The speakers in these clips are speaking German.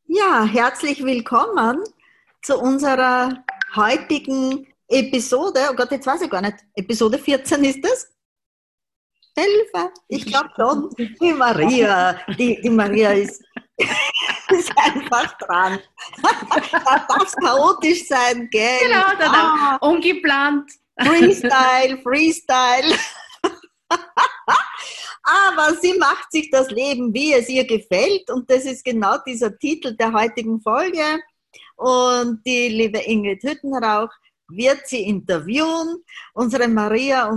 Ja, herzlich willkommen zu unserer heutigen Episode. Oh Gott, jetzt weiß ich gar nicht. Episode 14 ist es? Hilfe! Ich glaube schon. Die Maria, die Maria ist einfach dran. Da darf es chaotisch sein, gell? Genau, dann Ah, ungeplant. Freestyle, Freestyle. Aber sie macht sich das Leben, wie es ihr gefällt. Und das ist genau dieser Titel der heutigen Folge. Und die liebe Ingrid Hüttenrauch wird sie interviewen. Unsere Maria,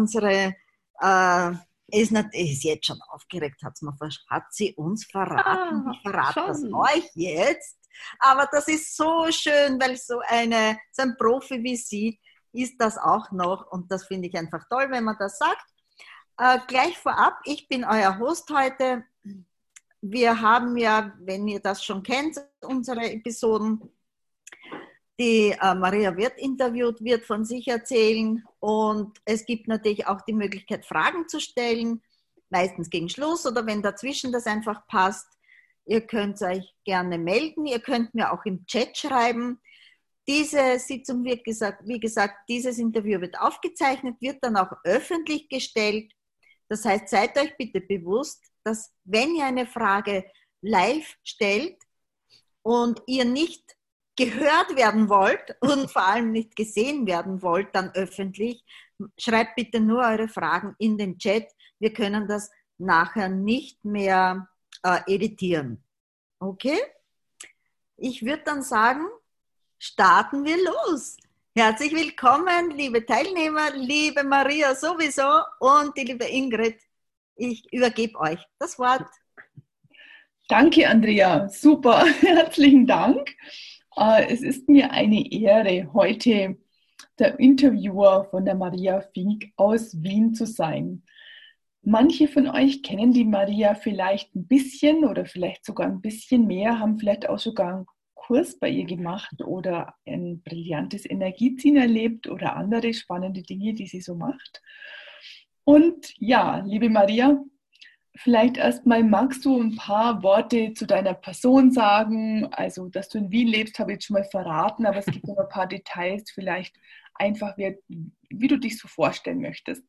ist jetzt schon aufgeregt, hat sie uns verraten. Ich verrate das Schon. euch jetzt. Aber das ist so schön, weil so ein Profi wie sie ist das auch noch. Und das finde ich einfach toll, wenn man das sagt. Gleich vorab, ich bin euer Host heute. Wir haben ja, wenn ihr das schon kennt, unsere Episoden, die Maria wird interviewt, wird von sich erzählen und es gibt natürlich auch die Möglichkeit, Fragen zu stellen, meistens gegen Schluss oder wenn dazwischen das einfach passt. Ihr könnt euch gerne melden, ihr könnt mir auch im Chat schreiben. Diese Sitzung wird wie gesagt, dieses Interview wird aufgezeichnet, wird dann auch öffentlich gestellt. Das heißt, seid euch bitte bewusst, dass wenn ihr eine Frage live stellt und ihr nicht gehört werden wollt und vor allem nicht gesehen werden wollt, dann öffentlich, schreibt bitte nur eure Fragen in den Chat. Wir können das nachher nicht mehr editieren. Okay? Ich würde dann sagen, starten wir los. Herzlich willkommen, liebe Teilnehmer, liebe Maria sowieso und die liebe Ingrid. Ich übergebe euch das Wort. Danke, Andrea. Super. Herzlichen Dank. Es ist mir eine Ehre, heute der Interviewer von der Maria Fink aus Wien zu sein. Manche von euch kennen die Maria vielleicht ein bisschen oder vielleicht sogar ein bisschen mehr, haben vielleicht auch sogar einen Kurs bei ihr gemacht oder ein brillantes Energieziehen erlebt oder andere spannende Dinge, die sie so macht. Und ja, liebe Maria, vielleicht erstmal magst du ein paar Worte zu deiner Person sagen. Also, dass du in Wien lebst, habe ich jetzt schon mal verraten, aber es gibt noch ein paar Details, vielleicht einfach, wie du dich so vorstellen möchtest.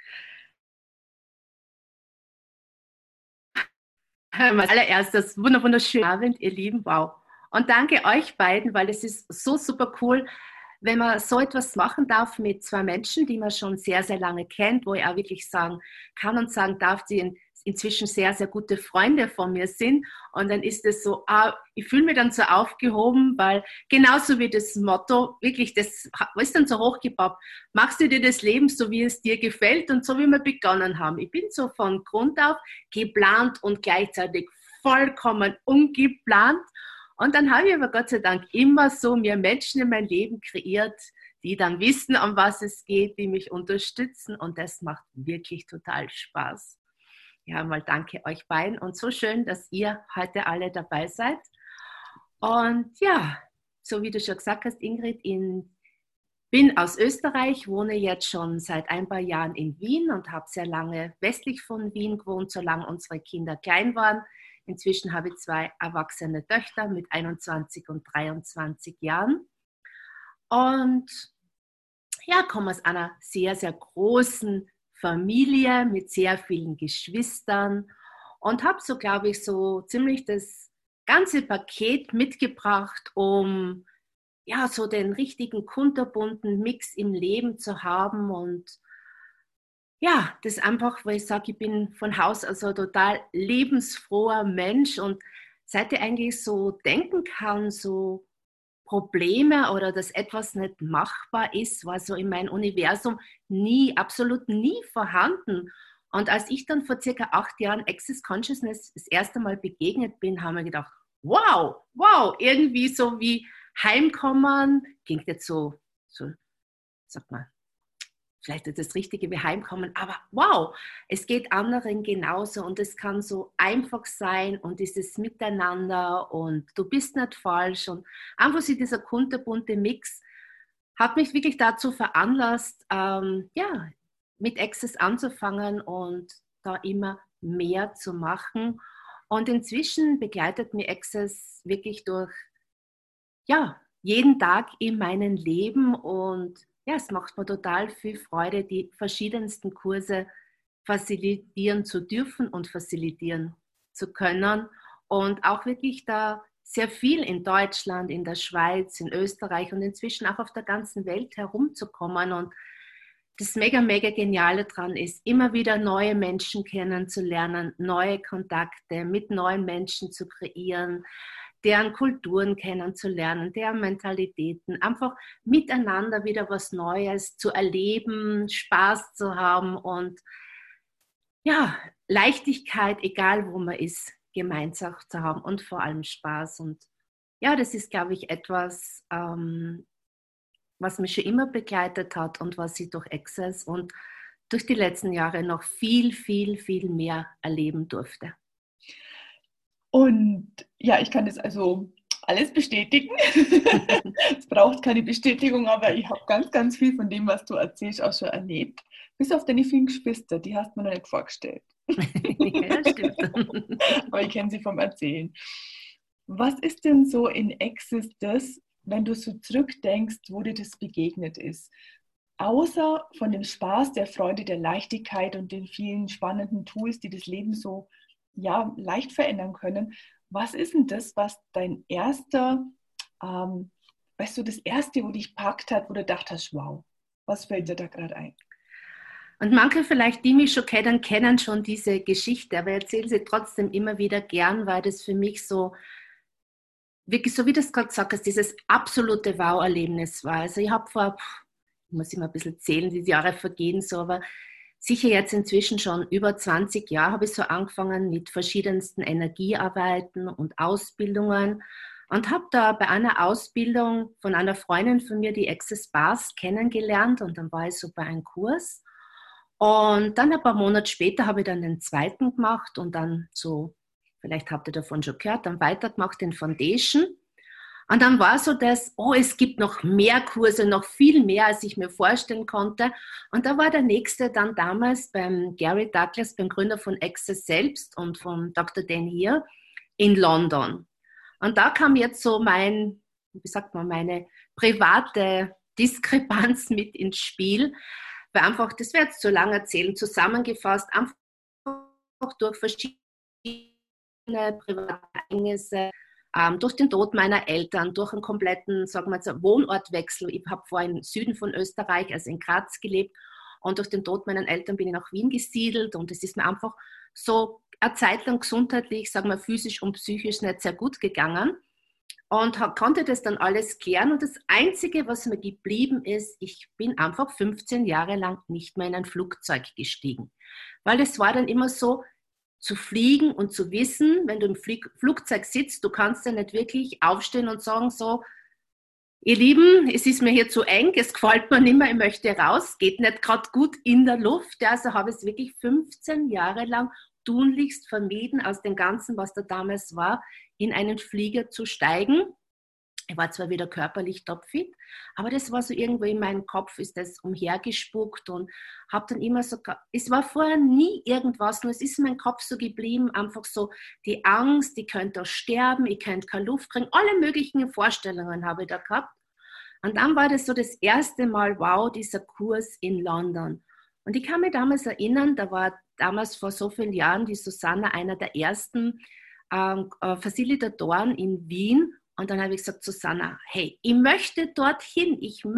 Als allererstes wunderschönen Abend, ihr Lieben. Wow. Und danke euch beiden, weil es ist so super cool, wenn man so etwas machen darf mit zwei Menschen, die man schon sehr, sehr lange kennt, wo ich auch wirklich sagen kann und sagen darf, die inzwischen sehr, sehr gute Freunde von mir sind. Und dann ist es so, ich fühle mich dann so aufgehoben, weil genauso wie das Motto, wirklich, das ist dann so hochgepoppt, machst du dir das Leben so, wie es dir gefällt und so, wie wir begonnen haben. Ich bin so von Grund auf geplant und gleichzeitig vollkommen ungeplant. Und dann habe ich aber Gott sei Dank immer so mir Menschen in mein Leben kreiert, die dann wissen, um was es geht, die mich unterstützen. Und das macht wirklich total Spaß. Ja, mal danke euch beiden und so schön, dass ihr heute alle dabei seid. Und ja, so wie du schon gesagt hast, Ingrid, bin aus Österreich, wohne jetzt schon seit ein paar Jahren in Wien und habe sehr lange westlich von Wien gewohnt, solange unsere Kinder klein waren. Inzwischen habe ich zwei erwachsene Töchter mit 21 und 23 Jahren. Und ja, komme aus einer sehr, sehr großen Familie mit sehr vielen Geschwistern und habe so, glaube ich, so ziemlich das ganze Paket mitgebracht, um ja so den richtigen kunterbunten Mix im Leben zu haben und ja, das einfach, weil ich sage, ich bin von Haus aus ein total lebensfroher Mensch und seit ich eigentlich so denken kann, so Probleme oder dass etwas nicht machbar ist, war so in meinem Universum nie, absolut nie vorhanden. Und als ich dann vor circa 8 Jahren Access Consciousness das erste Mal begegnet bin, haben wir gedacht, wow, irgendwie so wie Heimkommen, klingt jetzt so, sag mal, vielleicht ist das Richtige wie Heimkommen, aber wow, es geht anderen genauso und es kann so einfach sein und dieses Miteinander und du bist nicht falsch und einfach so dieser kunterbunte Mix hat mich wirklich dazu veranlasst, ja, mit Access anzufangen und da immer mehr zu machen. Und inzwischen begleitet mir Access wirklich durch, ja, jeden Tag in meinem Leben. Und ja, es macht mir total viel Freude, die verschiedensten Kurse facilitieren zu dürfen und facilitieren zu können. Und auch wirklich da sehr viel in Deutschland, in der Schweiz, in Österreich und inzwischen auch auf der ganzen Welt herumzukommen. Und das mega, mega Geniale daran ist, immer wieder neue Menschen kennenzulernen, neue Kontakte mit neuen Menschen zu kreieren, deren Kulturen kennenzulernen, deren Mentalitäten, einfach miteinander wieder was Neues zu erleben, Spaß zu haben und ja, Leichtigkeit, egal wo man ist, gemeinsam zu haben und vor allem Spaß. Und ja, das ist, glaube ich, etwas, was mich schon immer begleitet hat und was ich durch Access und durch die letzten Jahre noch viel, viel, viel mehr erleben durfte. Und ja, ich kann das also alles bestätigen. Es braucht keine Bestätigung, aber ich habe ganz, ganz viel von dem, was du erzählst, auch schon erlebt. Bis auf deine 5 Geschwister, die hast du mir noch nicht vorgestellt. Ja, stimmt. Aber ich kenne sie vom Erzählen. Was ist denn so in Access das, wenn du so zurückdenkst, wo dir das begegnet ist? Außer von dem Spaß, der Freude, der Leichtigkeit und den vielen spannenden Tools, die das Leben so ja, leicht verändern können. Was ist denn das, was dein erster, weißt du, das erste, wo dich packt hat, wo du gedacht hast, wow, was fällt dir da gerade ein? Und manche vielleicht, die mich schon kennen, kennen schon diese Geschichte, aber ich erzähle sie trotzdem immer wieder gern, weil das für mich so, wirklich so wie du es gerade gesagt hast, dieses absolute Wow-Erlebnis war. Also ich habe vor, ich muss immer ein bisschen zählen, die Jahre vergehen so, aber sicher jetzt inzwischen schon über 20 Jahre habe ich so angefangen mit verschiedensten Energiearbeiten und Ausbildungen und habe da bei einer Ausbildung von einer Freundin von mir die Access Bars kennengelernt und dann war ich so bei einem Kurs und dann ein paar Monate später habe ich dann den zweiten gemacht und dann so, vielleicht habt ihr davon schon gehört, dann weitergemacht den Foundation. Und dann war so das, oh, es gibt noch mehr Kurse, noch viel mehr, als ich mir vorstellen konnte. Und da war der nächste dann damals beim Gary Douglas, beim Gründer von Access selbst und von Dr. Dan hier in London. Und da kam jetzt so meine private Diskrepanz mit ins Spiel, weil einfach, das wäre jetzt zu lang erzählen, zusammengefasst, einfach durch verschiedene private Ereignisse, durch den Tod meiner Eltern, durch einen kompletten, sagen wir jetzt, Wohnortwechsel. Ich habe vorher im Süden von Österreich, also in Graz gelebt und durch den Tod meiner Eltern bin ich nach Wien gesiedelt und es ist mir einfach so eine Zeit lang gesundheitlich, sagen wir physisch und psychisch nicht sehr gut gegangen und konnte das dann alles klären und das Einzige, was mir geblieben ist, ich bin einfach 15 Jahre lang nicht mehr in ein Flugzeug gestiegen, weil es war dann immer so, zu fliegen und zu wissen, wenn du im Flugzeug sitzt, du kannst ja nicht wirklich aufstehen und sagen so, ihr Lieben, es ist mir hier zu eng, es gefällt mir nicht mehr, ich möchte raus, geht nicht gerade gut in der Luft. Ja, also habe ich es wirklich 15 Jahre lang tunlichst vermieden, aus dem Ganzen, was da damals war, in einen Flieger zu steigen. Ich war zwar wieder körperlich topfit, aber das war so irgendwo in meinem Kopf, ist das umhergespuckt und habe dann immer so, es war vorher nie irgendwas, nur es ist in meinem Kopf so geblieben, einfach so die Angst, ich könnte sterben, ich könnte keine Luft kriegen, alle möglichen Vorstellungen habe ich da gehabt. Und dann war das so das erste Mal, wow, dieser Kurs in London. Und ich kann mich damals erinnern, da war damals vor so vielen Jahren die Susanna einer der ersten Facilitatoren in Wien. Und dann habe ich gesagt, Susanna, hey, ich möchte dorthin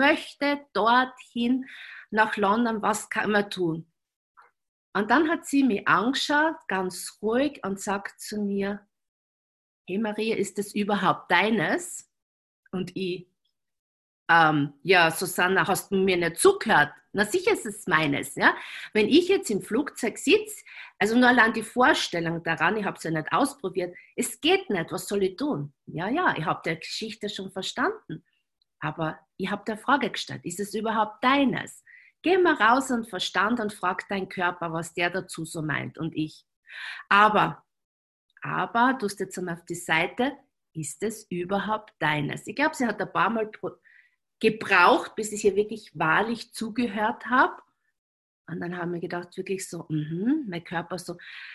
nach London, was kann man tun? Und dann hat sie mich angeschaut, ganz ruhig und sagt zu mir, hey Maria, ist das überhaupt deines? Und ich, ja, Susanna, hast du mir nicht zugehört? Na sicher ist es meines. Ja? Wenn ich jetzt im Flugzeug sitze, also nur allein die Vorstellung daran, ich habe es ja nicht ausprobiert, es geht nicht, was soll ich tun? Ja, ich habe die Geschichte schon verstanden, aber ich habe der Frage gestellt, ist es überhaupt deines? Geh mal raus und Verstand und frag deinen Körper, was der dazu so meint und ich. Aber, du hast jetzt einmal auf die Seite, ist es überhaupt deines? Ich glaube, sie hat ein paar Mal gebraucht, bis ich ihr wirklich wahrlich zugehört habe. Und dann haben wir gedacht, wirklich so, mein Körper so,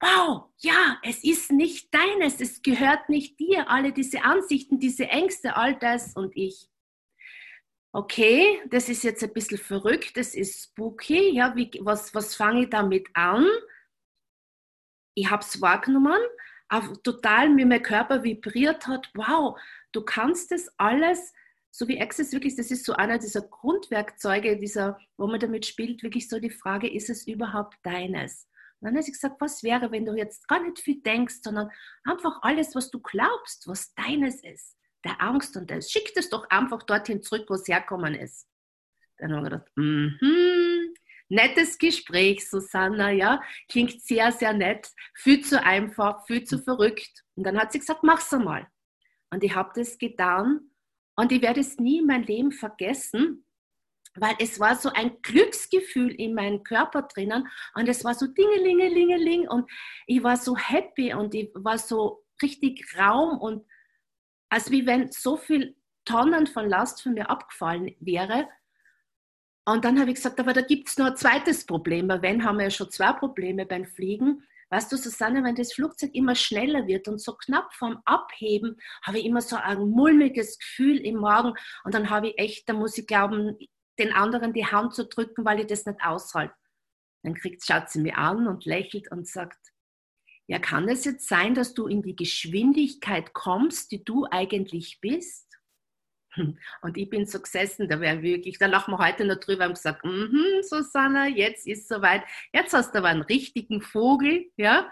wow, ja, es ist nicht deines, es gehört nicht dir, alle diese Ansichten, diese Ängste, all das. Und ich, okay, das ist jetzt ein bisschen verrückt, das ist spooky, ja, was fange ich damit an? Ich habe es wahrgenommen, total wie mein Körper vibriert hat, wow, du kannst das alles, so wie Access wirklich, das ist so einer dieser Grundwerkzeuge, wo man damit spielt, wirklich so die Frage, ist es überhaupt deines? Und dann habe ich gesagt, was wäre, wenn du jetzt gar nicht viel denkst, sondern einfach alles, was du glaubst, was deines ist, der Angst und das, schick das doch einfach dorthin zurück, wo es herkommen ist. Dann habe ich gedacht, nettes Gespräch, Susanna, ja, klingt sehr, sehr nett, viel zu einfach, viel zu verrückt. Und dann hat sie gesagt, mach's einmal. Und ich habe das getan und ich werde es nie in meinem Leben vergessen, weil es war so ein Glücksgefühl in meinem Körper drinnen und es war so Dingelingelingeling und ich war so happy und ich war so richtig Raum und als wie wenn so viel Tonnen von Last von mir abgefallen wäre. Und dann habe ich gesagt, aber da gibt es noch ein zweites Problem, weil wenn haben wir ja schon zwei Probleme beim Fliegen. Weißt du, Susanne, wenn das Flugzeug immer schneller wird und so knapp vorm Abheben, habe ich immer so ein mulmiges Gefühl im Magen und dann habe ich echt, da muss ich glauben, den anderen die Hand zu drücken, weil ich das nicht aushalte. Dann schaut sie mich an und lächelt und sagt, ja, kann es jetzt sein, dass du in die Geschwindigkeit kommst, die du eigentlich bist? Und ich bin so gesessen, da lachen wir heute noch drüber und gesagt, Susanna, jetzt ist soweit, jetzt hast du aber einen richtigen Vogel, ja.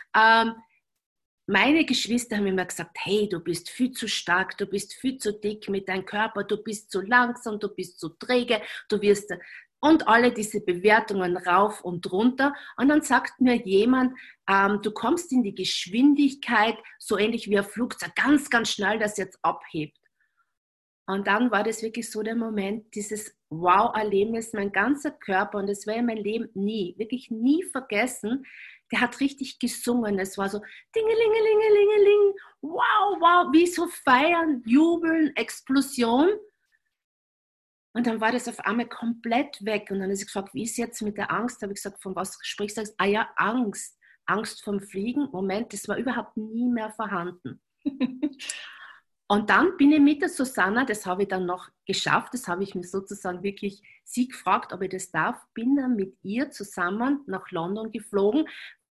Meine Geschwister haben immer gesagt, hey, du bist viel zu stark, du bist viel zu dick mit deinem Körper, du bist zu langsam, du bist zu träge, und alle diese Bewertungen rauf und runter. Und dann sagt mir jemand, du kommst in die Geschwindigkeit, so ähnlich wie ein Flugzeug, ganz, ganz schnell, das jetzt abhebt. Und dann war das wirklich so der Moment, dieses Wow-Erlebnis, mein ganzer Körper, und das werde ich mein Leben wirklich nie vergessen, der hat richtig gesungen. Es war so Dingelingelingelingeling, wow, wow, wie so feiern, jubeln, Explosion. Und dann war das auf einmal komplett weg. Und dann habe ich gefragt, wie ist jetzt mit der Angst? Da habe ich gesagt, von was sprichst du? Ah ja, Angst. Angst vom Fliegen. Moment, das war überhaupt nie mehr vorhanden. Und dann bin ich mit der Susanna, das habe ich dann noch geschafft, das habe ich mir sozusagen wirklich sie gefragt, ob ich das darf, bin dann mit ihr zusammen nach London geflogen,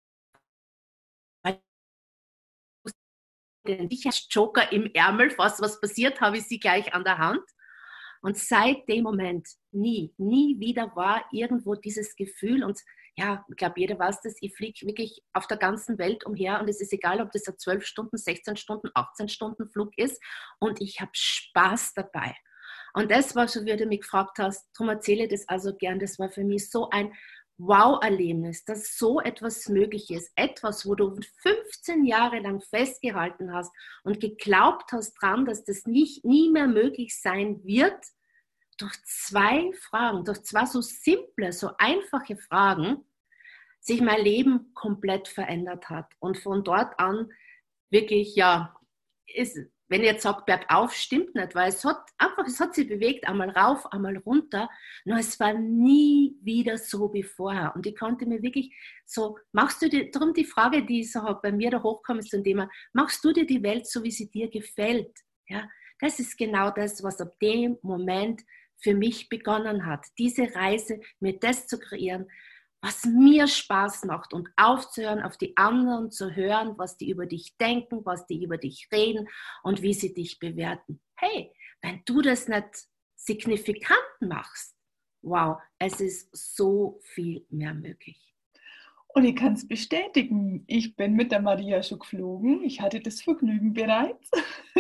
weil ich den Sicherheitsjoker im Ärmel, falls was passiert, habe ich sie gleich an der Hand. Und seit dem Moment nie wieder war irgendwo dieses Gefühl und ja, ich glaube, jeder weiß das, ich fliege wirklich auf der ganzen Welt umher und es ist egal, ob das ein 12 Stunden, 16 Stunden, 18 Stunden Flug ist und ich habe Spaß dabei. Und das war so, wie du mich gefragt hast, darum erzähle ich das also gern, das war für mich so ein Wow-Erlebnis, dass so etwas möglich ist. Etwas, wo du 15 Jahre lang festgehalten hast und geglaubt hast dran, dass das nie mehr möglich sein wird, durch zwei Fragen, durch zwei so simple, so einfache Fragen, sich mein Leben komplett verändert hat. Und von dort an wirklich, ja, wenn ich jetzt sage, bergauf, stimmt nicht, weil es hat sich bewegt, einmal rauf, einmal runter, nur es war nie wieder so wie vorher. Und ich konnte mir wirklich so, darum die Frage, die so bei mir da hochkommt, ist zum Thema, machst du dir die Welt so, wie sie dir gefällt? Ja, das ist genau das, was ab dem Moment für mich begonnen hat, diese Reise, mir das zu kreieren, was mir Spaß macht und aufzuhören, auf die anderen zu hören, was die über dich denken, was die über dich reden und wie sie dich bewerten. Hey, wenn du das nicht signifikant machst, wow, es ist so viel mehr möglich. Und ich kann es bestätigen, ich bin mit der Maria schon geflogen, ich hatte das Vergnügen bereits.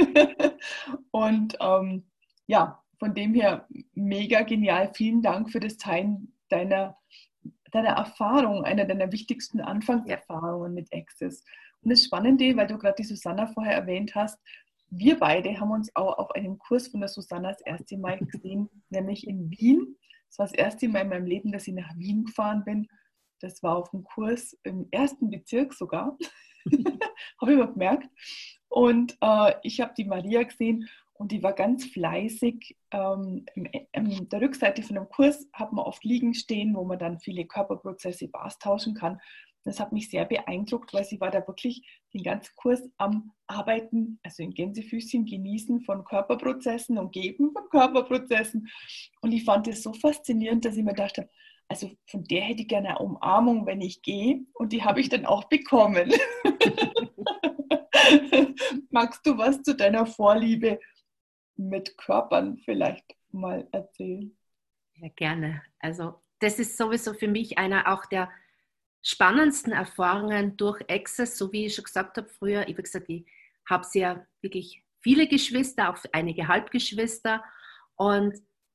Und ja, von dem her mega genial. Vielen Dank für das Teilen deiner Erfahrung, einer deiner wichtigsten Anfangserfahrungen mit Access. Und das Spannende, weil du gerade die Susanna vorher erwähnt hast, wir beide haben uns auch auf einem Kurs von der Susanna das erste Mal gesehen, nämlich in Wien. Das war das erste Mal in meinem Leben, dass ich nach Wien gefahren bin. Das war auf einem Kurs im 1. Bezirk sogar. Habe ich mal gemerkt. Und ich habe die Maria gesehen und die war ganz fleißig. In der Rückseite von dem Kurs hat man oft Liegen stehen, wo man dann viele Körperprozesse austauschen kann. Das hat mich sehr beeindruckt, weil sie war da wirklich den ganzen Kurs am Arbeiten, also in Gänsefüßchen genießen von Körperprozessen und Geben von Körperprozessen. Und ich fand es so faszinierend, dass ich mir dachte, also von der hätte ich gerne eine Umarmung, wenn ich gehe. Und die habe ich dann auch bekommen. Magst du was zu deiner Vorliebe mit Körpern vielleicht mal erzählen? Ja, gerne. Also das ist sowieso für mich einer auch der spannendsten Erfahrungen durch Access, so wie ich schon gesagt habe früher. Ich habe gesagt, ich habe sehr wirklich viele Geschwister, auch einige Halbgeschwister. Und,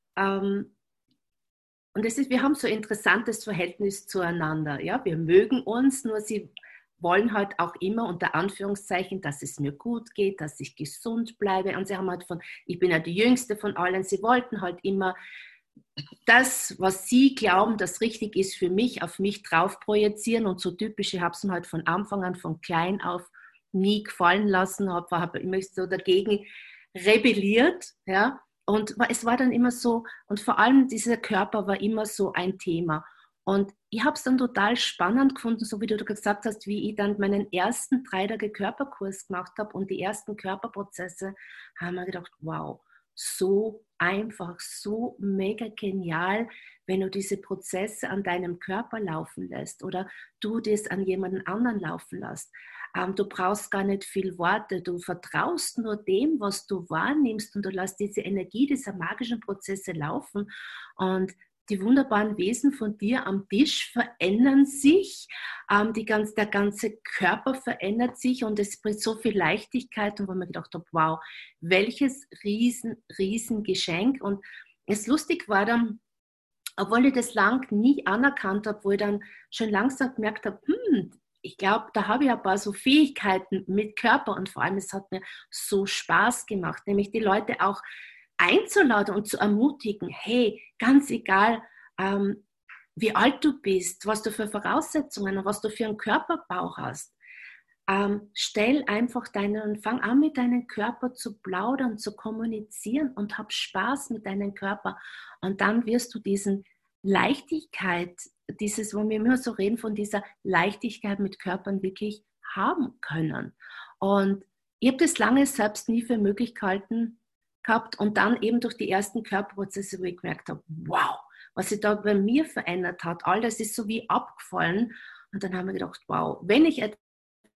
wir haben so ein interessantes Verhältnis zueinander. Ja? Wir mögen uns, nur sie wollen halt auch immer unter Anführungszeichen, dass es mir gut geht, dass ich gesund bleibe. Und sie haben halt ich bin ja die Jüngste von allen, sie wollten halt immer das, was sie glauben, das richtig ist für mich, auf mich drauf projizieren. Und so typisch, ich habe es mir halt von Anfang an, von klein auf nie gefallen lassen, habe immer so dagegen rebelliert, ja. Und es war dann immer so, und vor allem dieser Körper war immer so ein Thema. Und ich habe es dann total spannend gefunden, so wie du gesagt hast, wie ich dann meinen ersten 3-Tage-Körperkurs gemacht habe und die ersten Körperprozesse, haben wir gedacht, wow, so einfach, so mega genial, wenn du diese Prozesse an deinem Körper laufen lässt oder du das an jemanden anderen laufen lässt. Du brauchst gar nicht viel Worte, du vertraust nur dem, was du wahrnimmst und du lässt diese Energie dieser magischen Prozesse laufen und die wunderbaren Wesen von dir am Tisch verändern sich, der ganze Körper verändert sich und es bringt so viel Leichtigkeit und wo ich mir gedacht habe, wow, welches riesen Geschenk. Und es lustig war dann, obwohl ich das lang nie anerkannt habe, wo ich dann schon langsam gemerkt habe, ich glaube, da habe ich ein paar so Fähigkeiten mit Körper und vor allem, es hat mir so Spaß gemacht, nämlich die Leute auch einzuladen und zu ermutigen, hey, ganz egal, wie alt du bist, was du für Voraussetzungen und was du für einen Körperbau hast, fang an mit deinem Körper zu plaudern, zu kommunizieren und hab Spaß mit deinem Körper und dann wirst du diesen Leichtigkeit, wo wir immer so reden, von dieser Leichtigkeit mit Körpern wirklich haben können. Und ich habe das lange selbst nie für möglich gehalten gehabt und dann eben durch die ersten Körperprozesse, wo ich gemerkt habe, wow, was sich da bei mir verändert hat, all das ist so wie abgefallen und dann haben wir gedacht, wow, wenn ich etwas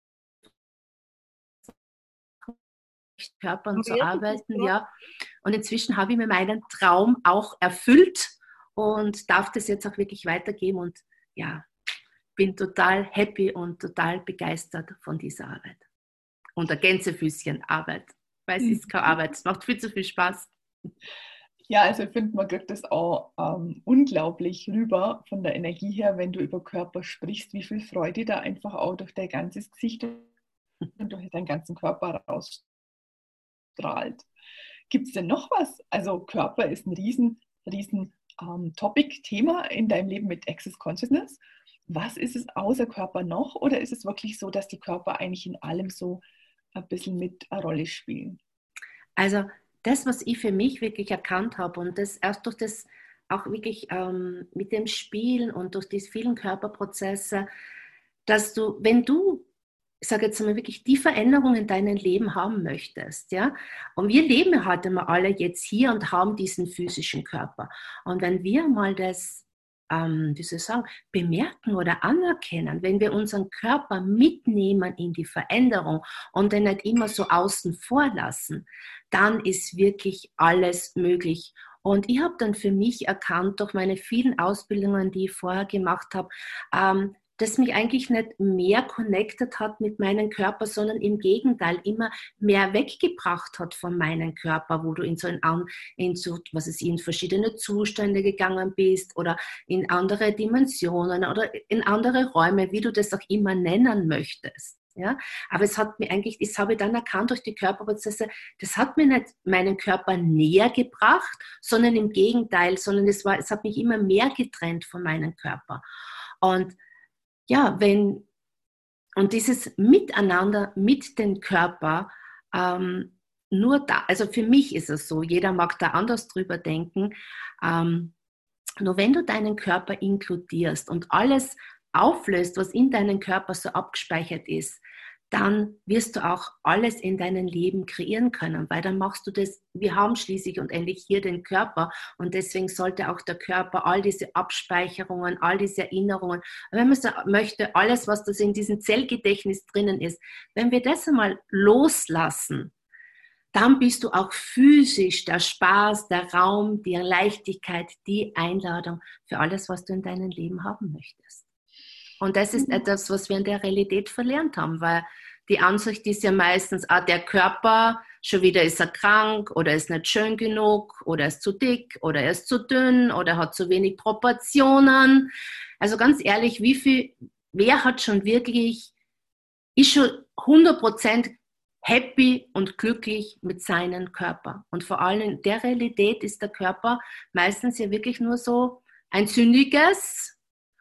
mit Körpern zu arbeiten, ja, und inzwischen habe ich mir meinen Traum auch erfüllt und darf das jetzt auch wirklich weitergeben und ja, bin total happy und total begeistert von dieser Arbeit. Und der Gänsefüßchen Arbeit, weil es ist keine Arbeit, es macht viel zu viel Spaß. Ja, also ich finde, man kriegt das auch unglaublich rüber von der Energie her, wenn du über Körper sprichst, wie viel Freude da einfach auch durch dein ganzes Gesicht und durch deinen ganzen Körper rausstrahlt. Gibt es denn noch was? Also Körper ist ein riesen Topic-Thema in deinem Leben mit Access Consciousness. Was ist es außer Körper noch? Oder ist es wirklich so, dass die Körper eigentlich in allem so ein bisschen mit eine Rolle spielen? Also das, was ich für mich wirklich erkannt habe und das erst durch das auch wirklich mit dem Spielen und durch die vielen Körperprozesse, dass du, wenn du, ich sage jetzt mal wirklich, die Veränderung in deinem Leben haben möchtest, ja, und wir leben ja halt immer alle jetzt hier und haben diesen physischen Körper. Und wenn wir mal das wie soll ich sagen, bemerken oder anerkennen, wenn wir unseren Körper mitnehmen in die Veränderung und den nicht immer so außen vor lassen, dann ist wirklich alles möglich. Und ich habe dann für mich erkannt, durch meine vielen Ausbildungen, die ich vorher gemacht habe, das mich eigentlich nicht mehr connected hat mit meinem Körper, sondern im Gegenteil immer mehr weggebracht hat von meinem Körper, wo du in verschiedene Zustände gegangen bist oder in andere Dimensionen oder in andere Räume, wie du das auch immer nennen möchtest. Ja, aber das habe ich dann erkannt durch die Körperprozesse, das hat mir nicht meinen Körper näher gebracht, sondern im Gegenteil, sondern es hat mich immer mehr getrennt von meinem Körper. Und ja, und dieses Miteinander mit dem Körper, nur da, also für mich ist es so, jeder mag da anders drüber denken, nur wenn du deinen Körper inkludierst und alles auflöst, was in deinem Körper so abgespeichert ist, dann wirst du auch alles in deinem Leben kreieren können, weil dann machst du das, wir haben schließlich und endlich hier den Körper und deswegen sollte auch der Körper all diese Abspeicherungen, all diese Erinnerungen, wenn man so möchte, alles, was das in diesem Zellgedächtnis drinnen ist, wenn wir das einmal loslassen, dann bist du auch physisch der Spaß, der Raum, die Leichtigkeit, die Einladung für alles, was du in deinem Leben haben möchtest. Und das ist etwas, was wir in der Realität verlernt haben, weil die Ansicht ist ja meistens, der Körper, schon wieder ist er krank oder ist nicht schön genug oder ist zu dick oder er ist zu dünn oder hat zu wenig Proportionen. Also ganz ehrlich, wer hat schon wirklich, ist schon 100% happy und glücklich mit seinem Körper? Und vor allem in der Realität ist der Körper meistens ja wirklich nur so ein sündiges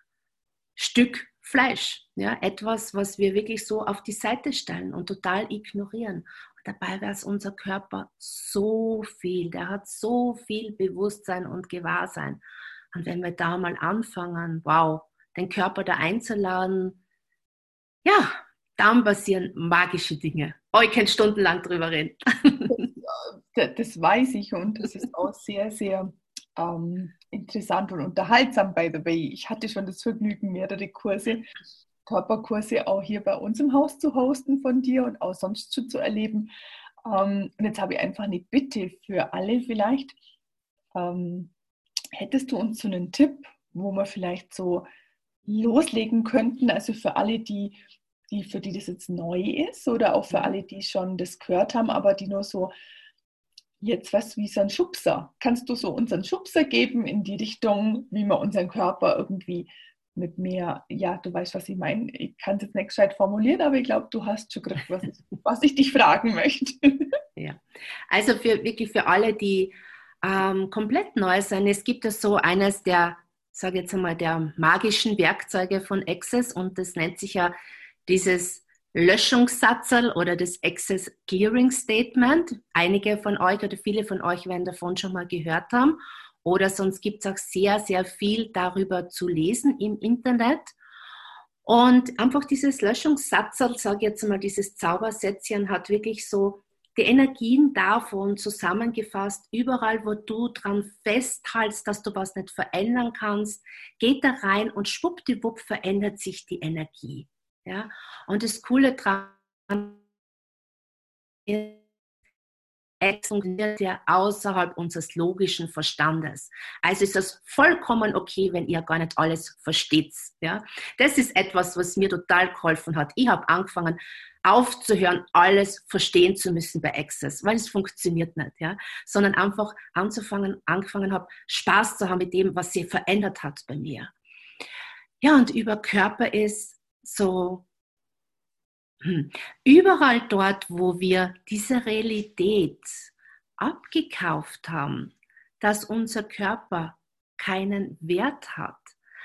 Stück Fleisch, ja, etwas, was wir wirklich so auf die Seite stellen und total ignorieren. Und dabei wäre es unser Körper so viel, der hat so viel Bewusstsein und Gewahrsein. Und wenn wir da mal anfangen, wow, den Körper da einzuladen, ja, dann passieren magische Dinge. Oh, ich kann stundenlang drüber reden. Das weiß ich und das ist auch sehr, sehr interessant und unterhaltsam, by the way. Ich hatte schon das Vergnügen, mehrere Kurse, Körperkurse auch hier bei uns im Haus zu hosten von dir und auch sonst zu erleben. Und jetzt habe ich einfach eine Bitte für alle vielleicht. Hättest du uns so einen Tipp, wo wir vielleicht so loslegen könnten, also für alle, für die das jetzt neu ist oder auch für alle, die schon das gehört haben, aber die nur so jetzt was wie so ein Schubser. Kannst du so unseren Schubser geben in die Richtung, wie wir unseren Körper irgendwie mit mehr, ja, du weißt, was ich meine. Ich kann es jetzt nicht gescheit formulieren, aber ich glaube, du hast schon gekriegt, was ich dich fragen möchte. Ja, also wirklich für alle, die komplett neu sind, es gibt ja so eines der, sage jetzt einmal, der magischen Werkzeuge von Access und das nennt sich ja dieses Löschungssatzerl oder das Access Clearing Statement. Einige von euch oder viele von euch werden davon schon mal gehört haben. Oder sonst gibt es auch sehr, sehr viel darüber zu lesen im Internet. Und einfach dieses Löschungssatzerl, sage ich jetzt mal, dieses Zaubersätzchen hat wirklich so die Energien davon zusammengefasst. Überall, wo du dran festhältst, dass du was nicht verändern kannst, geht da rein und schwuppdiwupp verändert sich die Energie. Ja? Und das Coole daran ist, es funktioniert ja außerhalb unseres logischen Verstandes. Also ist das vollkommen okay, wenn ihr gar nicht alles versteht. Ja? Das ist etwas, was mir total geholfen hat. Ich habe angefangen, aufzuhören, alles verstehen zu müssen bei Access, weil es funktioniert nicht. Ja? Sondern einfach angefangen habe, Spaß zu haben mit dem, was sich verändert hat bei mir. Ja, und über Körper ist so, überall dort, wo wir diese Realität abgekauft haben, dass unser Körper keinen Wert hat,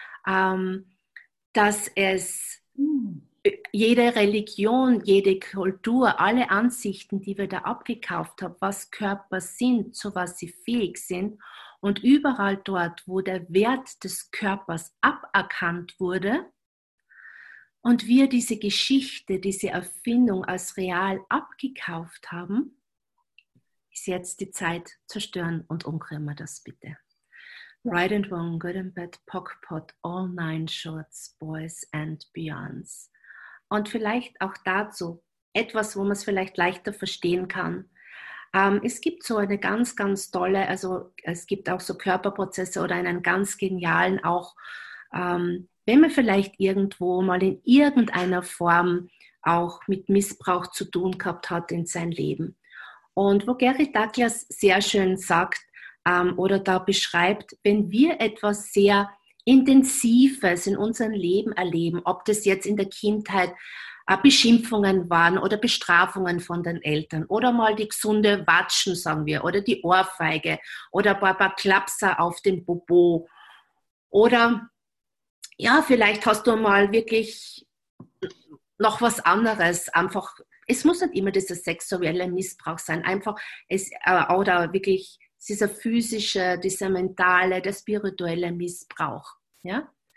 dass es jede Religion, jede Kultur, alle Ansichten, die wir da abgekauft haben, was Körper sind, zu was sie fähig sind, und überall dort, wo der Wert des Körpers aberkannt wurde, und wir diese Geschichte, diese Erfindung als real abgekauft haben, ist jetzt die Zeit, zerstören und umkrempeln wir das bitte. Right and wrong, good and bad, pock pot, all 9 shorts, boys and beyonds. Und vielleicht auch dazu etwas, wo man es vielleicht leichter verstehen kann. Es gibt so eine ganz, ganz tolle, also es gibt auch so Körperprozesse oder einen ganz genialen auch, wenn man vielleicht irgendwo mal in irgendeiner Form auch mit Missbrauch zu tun gehabt hat in sein Leben. Und wo Gary Douglas sehr schön sagt oder da beschreibt, wenn wir etwas sehr Intensives in unserem Leben erleben, ob das jetzt in der Kindheit Beschimpfungen waren oder Bestrafungen von den Eltern oder mal die gesunde Watschen, sagen wir, oder die Ohrfeige oder ein paar Klapser auf den Popo oder ja, vielleicht hast du mal wirklich noch was anderes, einfach, es muss nicht immer dieser sexuelle Missbrauch sein, einfach, oder wirklich dieser physische, dieser mentale, der spirituelle Missbrauch, ja,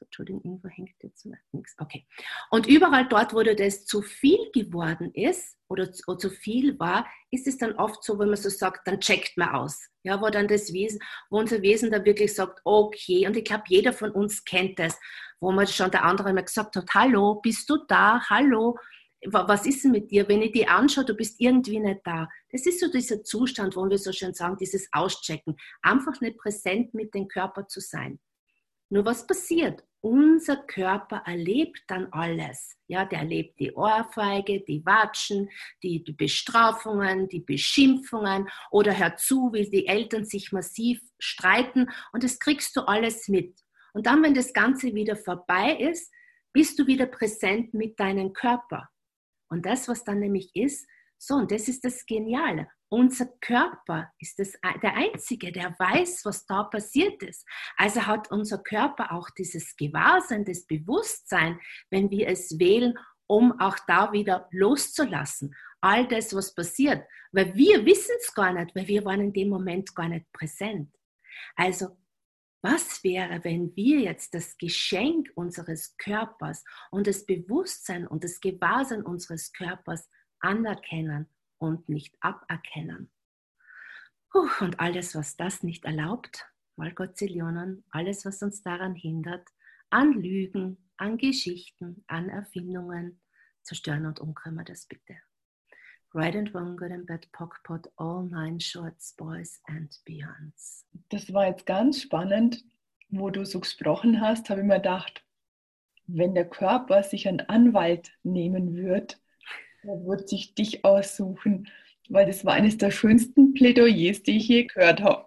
Entschuldigung, irgendwo hängt jetzt nichts. Okay. Und überall dort, wo das zu viel geworden ist oder zu viel war, ist es dann oft so, wenn man so sagt, dann checkt man aus. Ja, wo dann das Wesen, wo unser Wesen dann wirklich sagt, okay, und ich glaube, jeder von uns kennt das, wo man schon der andere mal gesagt hat, hallo, bist du da? Hallo, was ist denn mit dir? Wenn ich dich anschaue, du bist irgendwie nicht da. Das ist so dieser Zustand, wo wir so schön sagen, dieses Auschecken. Einfach nicht präsent mit dem Körper zu sein. Nur was passiert? Unser Körper erlebt dann alles. Ja, der erlebt die Ohrfeige, die Watschen, die Bestrafungen, die Beschimpfungen oder hört zu, wie die Eltern sich massiv streiten und das kriegst du alles mit. Und dann, wenn das Ganze wieder vorbei ist, bist du wieder präsent mit deinem Körper. Und das, was dann nämlich ist, so, und das ist das Geniale. Unser Körper ist der Einzige, der weiß, was da passiert ist. Also hat unser Körper auch dieses Gewahrsein, das Bewusstsein, wenn wir es wählen, um auch da wieder loszulassen. All das, was passiert. Weil wir wissen es gar nicht, weil wir waren in dem Moment gar nicht präsent. Also, was wäre, wenn wir jetzt das Geschenk unseres Körpers und das Bewusstsein und das Gewahrsein unseres Körpers anerkennen und nicht aberkennen? Und alles, was das nicht erlaubt, Malgotzillionen, alles, was uns daran hindert, an Lügen, an Geschichten, an Erfindungen, zerstören und umkrempeln wir das bitte. Right and wrong, good and bad, POC, POD, all 9 shorts, boys and beyonds. Das war jetzt ganz spannend, wo du so gesprochen hast, habe ich mir gedacht, wenn der Körper sich einen Anwalt nehmen wird, der wird sich dich aussuchen, weil das war eines der schönsten Plädoyers, die ich je gehört habe.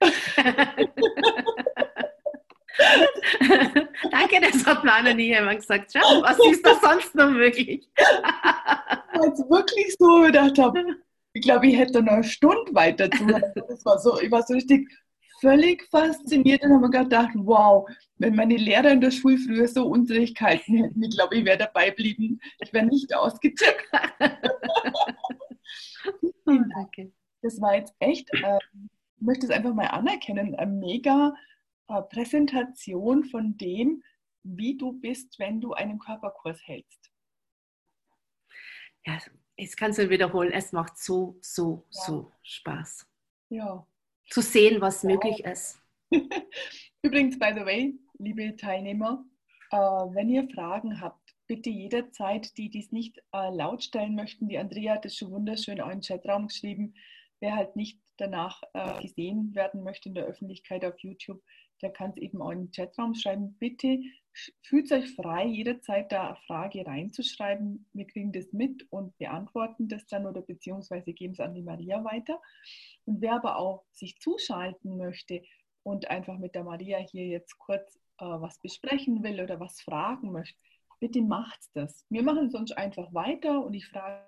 Danke, das hat mir auch noch nie jemand gesagt. Schau, was ist da sonst noch möglich? Ich war jetzt wirklich so gedacht habe, ich glaube, ich hätte noch eine Stunde weiter zuhören. Ich war so richtig völlig fasziniert und habe mir gedacht, wow, wenn meine Lehrer in der Schule früher so Unterricht gehalten hätten, ich glaube, ich wäre dabei geblieben. Ich wäre nicht ausgecheckt. Danke. Das war jetzt echt, ich möchte es einfach mal anerkennen, eine mega Präsentation von dem, wie du bist, wenn du einen Körperkurs hältst. Ja, jetzt kannst du wiederholen, es macht so Spaß. Ja. Zu sehen, was möglich ist. Übrigens, by the way, liebe Teilnehmer, wenn ihr Fragen habt, bitte jederzeit, die dies nicht laut stellen möchten. Die Andrea hat es schon wunderschön auch in den Chatraum geschrieben. Wer halt nicht danach gesehen werden möchte in der Öffentlichkeit auf YouTube, der kann es eben auch in den Chatraum schreiben. Bitte fühlt euch frei, jederzeit da eine Frage reinzuschreiben. Wir kriegen das mit und beantworten das dann oder beziehungsweise geben es an die Maria weiter. Und wer aber auch sich zuschalten möchte und einfach mit der Maria hier jetzt kurz was besprechen will oder was fragen möchte, bitte macht das. Wir machen sonst einfach weiter und ich frage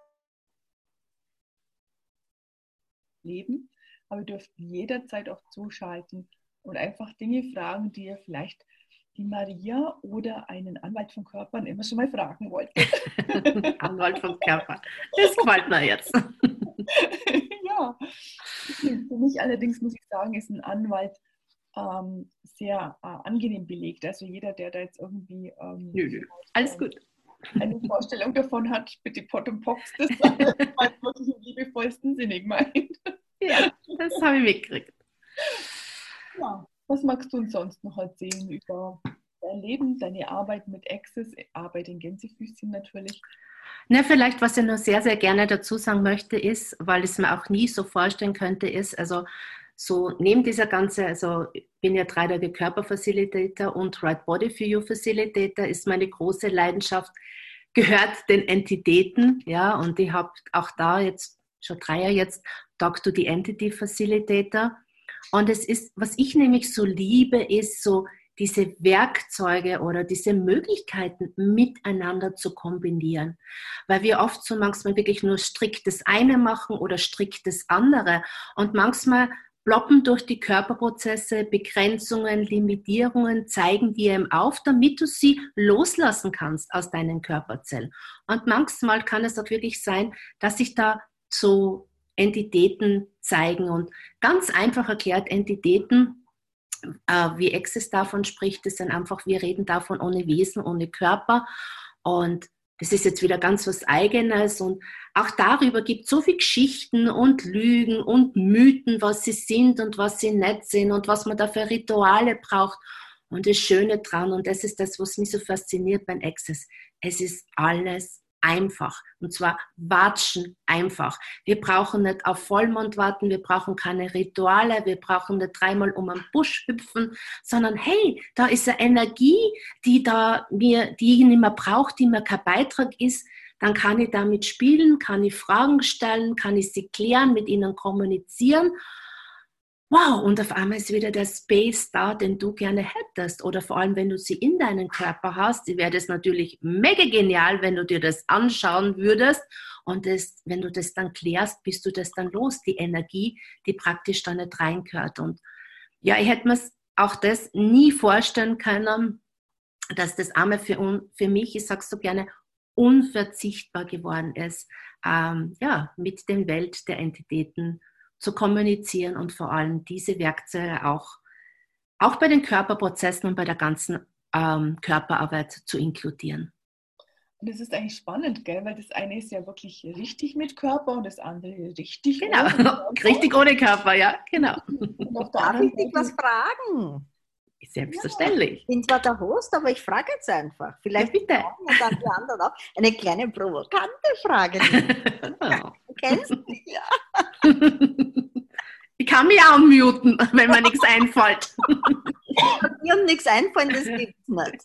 Leben, aber ihr dürft jederzeit auch zuschalten und einfach Dinge fragen, die ihr vielleicht die Maria oder einen Anwalt von Körpern immer schon mal fragen wollt. Anwalt von Körpern, das gefällt mir jetzt. Ja, für mich allerdings muss ich sagen, ist ein Anwalt sehr angenehm belegt. Also jeder, der da jetzt irgendwie Alles gut. Eine Vorstellung davon hat, bitte Pot und Pox, das war wirklich im liebevollsten Sinne gemeint. Ja, das habe ich mitgekriegt. Ja. Was magst du uns sonst noch erzählen über dein Leben, deine Arbeit mit Access, Arbeit in Gänsefüßchen natürlich? Na, vielleicht, was ich noch sehr, sehr gerne dazu sagen möchte, ist, weil ich es mir auch nie so vorstellen könnte, ist, also so neben dieser ganze, also ich bin ja 3-Tage Körperfacilitator und Right Body for You Facilitator, ist meine große Leidenschaft, gehört den Entitäten, ja, und ich habe auch da jetzt schon 3 Jahre jetzt Talk to the Entity Facilitator. Und es ist, was ich nämlich so liebe, ist so diese Werkzeuge oder diese Möglichkeiten miteinander zu kombinieren. Weil wir oft so manchmal wirklich nur strikt das eine machen oder strikt das andere. Und manchmal ploppen durch die Körperprozesse Begrenzungen, Limitierungen, zeigen dir eben auf, damit du sie loslassen kannst aus deinen Körperzellen. Und manchmal kann es auch wirklich sein, dass sich da so Entitäten zeigen. Und ganz einfach erklärt, Entitäten wie Access davon spricht, ist dann einfach, wir reden davon ohne Wesen, ohne Körper. Und das ist jetzt wieder ganz was Eigenes. Und auch darüber gibt es so viele Geschichten und Lügen und Mythen, was sie sind und was sie nicht sind und was man da für Rituale braucht. Und das Schöne dran, und das ist das, was mich so fasziniert beim Access, es ist alles einfach. Und zwar watschen einfach. Wir brauchen nicht auf Vollmond warten, wir brauchen keine Rituale, wir brauchen nicht dreimal um einen Busch hüpfen, sondern hey, da ist eine Energie, die ich nicht mehr brauche, die mir kein Beitrag ist. Dann kann ich damit spielen, kann ich Fragen stellen, kann ich sie klären, mit ihnen kommunizieren. Wow, und auf einmal ist wieder der Space da, den du gerne hättest. Oder vor allem, wenn du sie in deinem Körper hast, wäre das natürlich mega genial, wenn du dir das anschauen würdest. Und wenn du das dann klärst, bist du das dann los, die Energie, die praktisch da nicht reingehört. Und ja, ich hätte mir auch das nie vorstellen können, dass das einmal für mich, ich sage so gerne, unverzichtbar geworden ist, mit der Welt der Entitäten zu kommunizieren und vor allem diese Werkzeuge auch bei den Körperprozessen und bei der ganzen Körperarbeit zu inkludieren. Und das ist eigentlich spannend, gell? Weil das eine ist ja wirklich richtig mit Körper und das andere richtig genau. ohne Körper. Richtig ohne Körper, ja, genau. Und auf der Darf anderen ich dich was fragen? Selbstverständlich. Ich bin zwar der Host, aber ich frage jetzt einfach. Vielleicht ja, bitte. Und dann die anderen auch. Eine kleine provokante Frage. Du kennst mich ja. Ich kann mich auch muten, wenn mir nichts einfällt. Mir nichts einfallen, das gibt's nicht.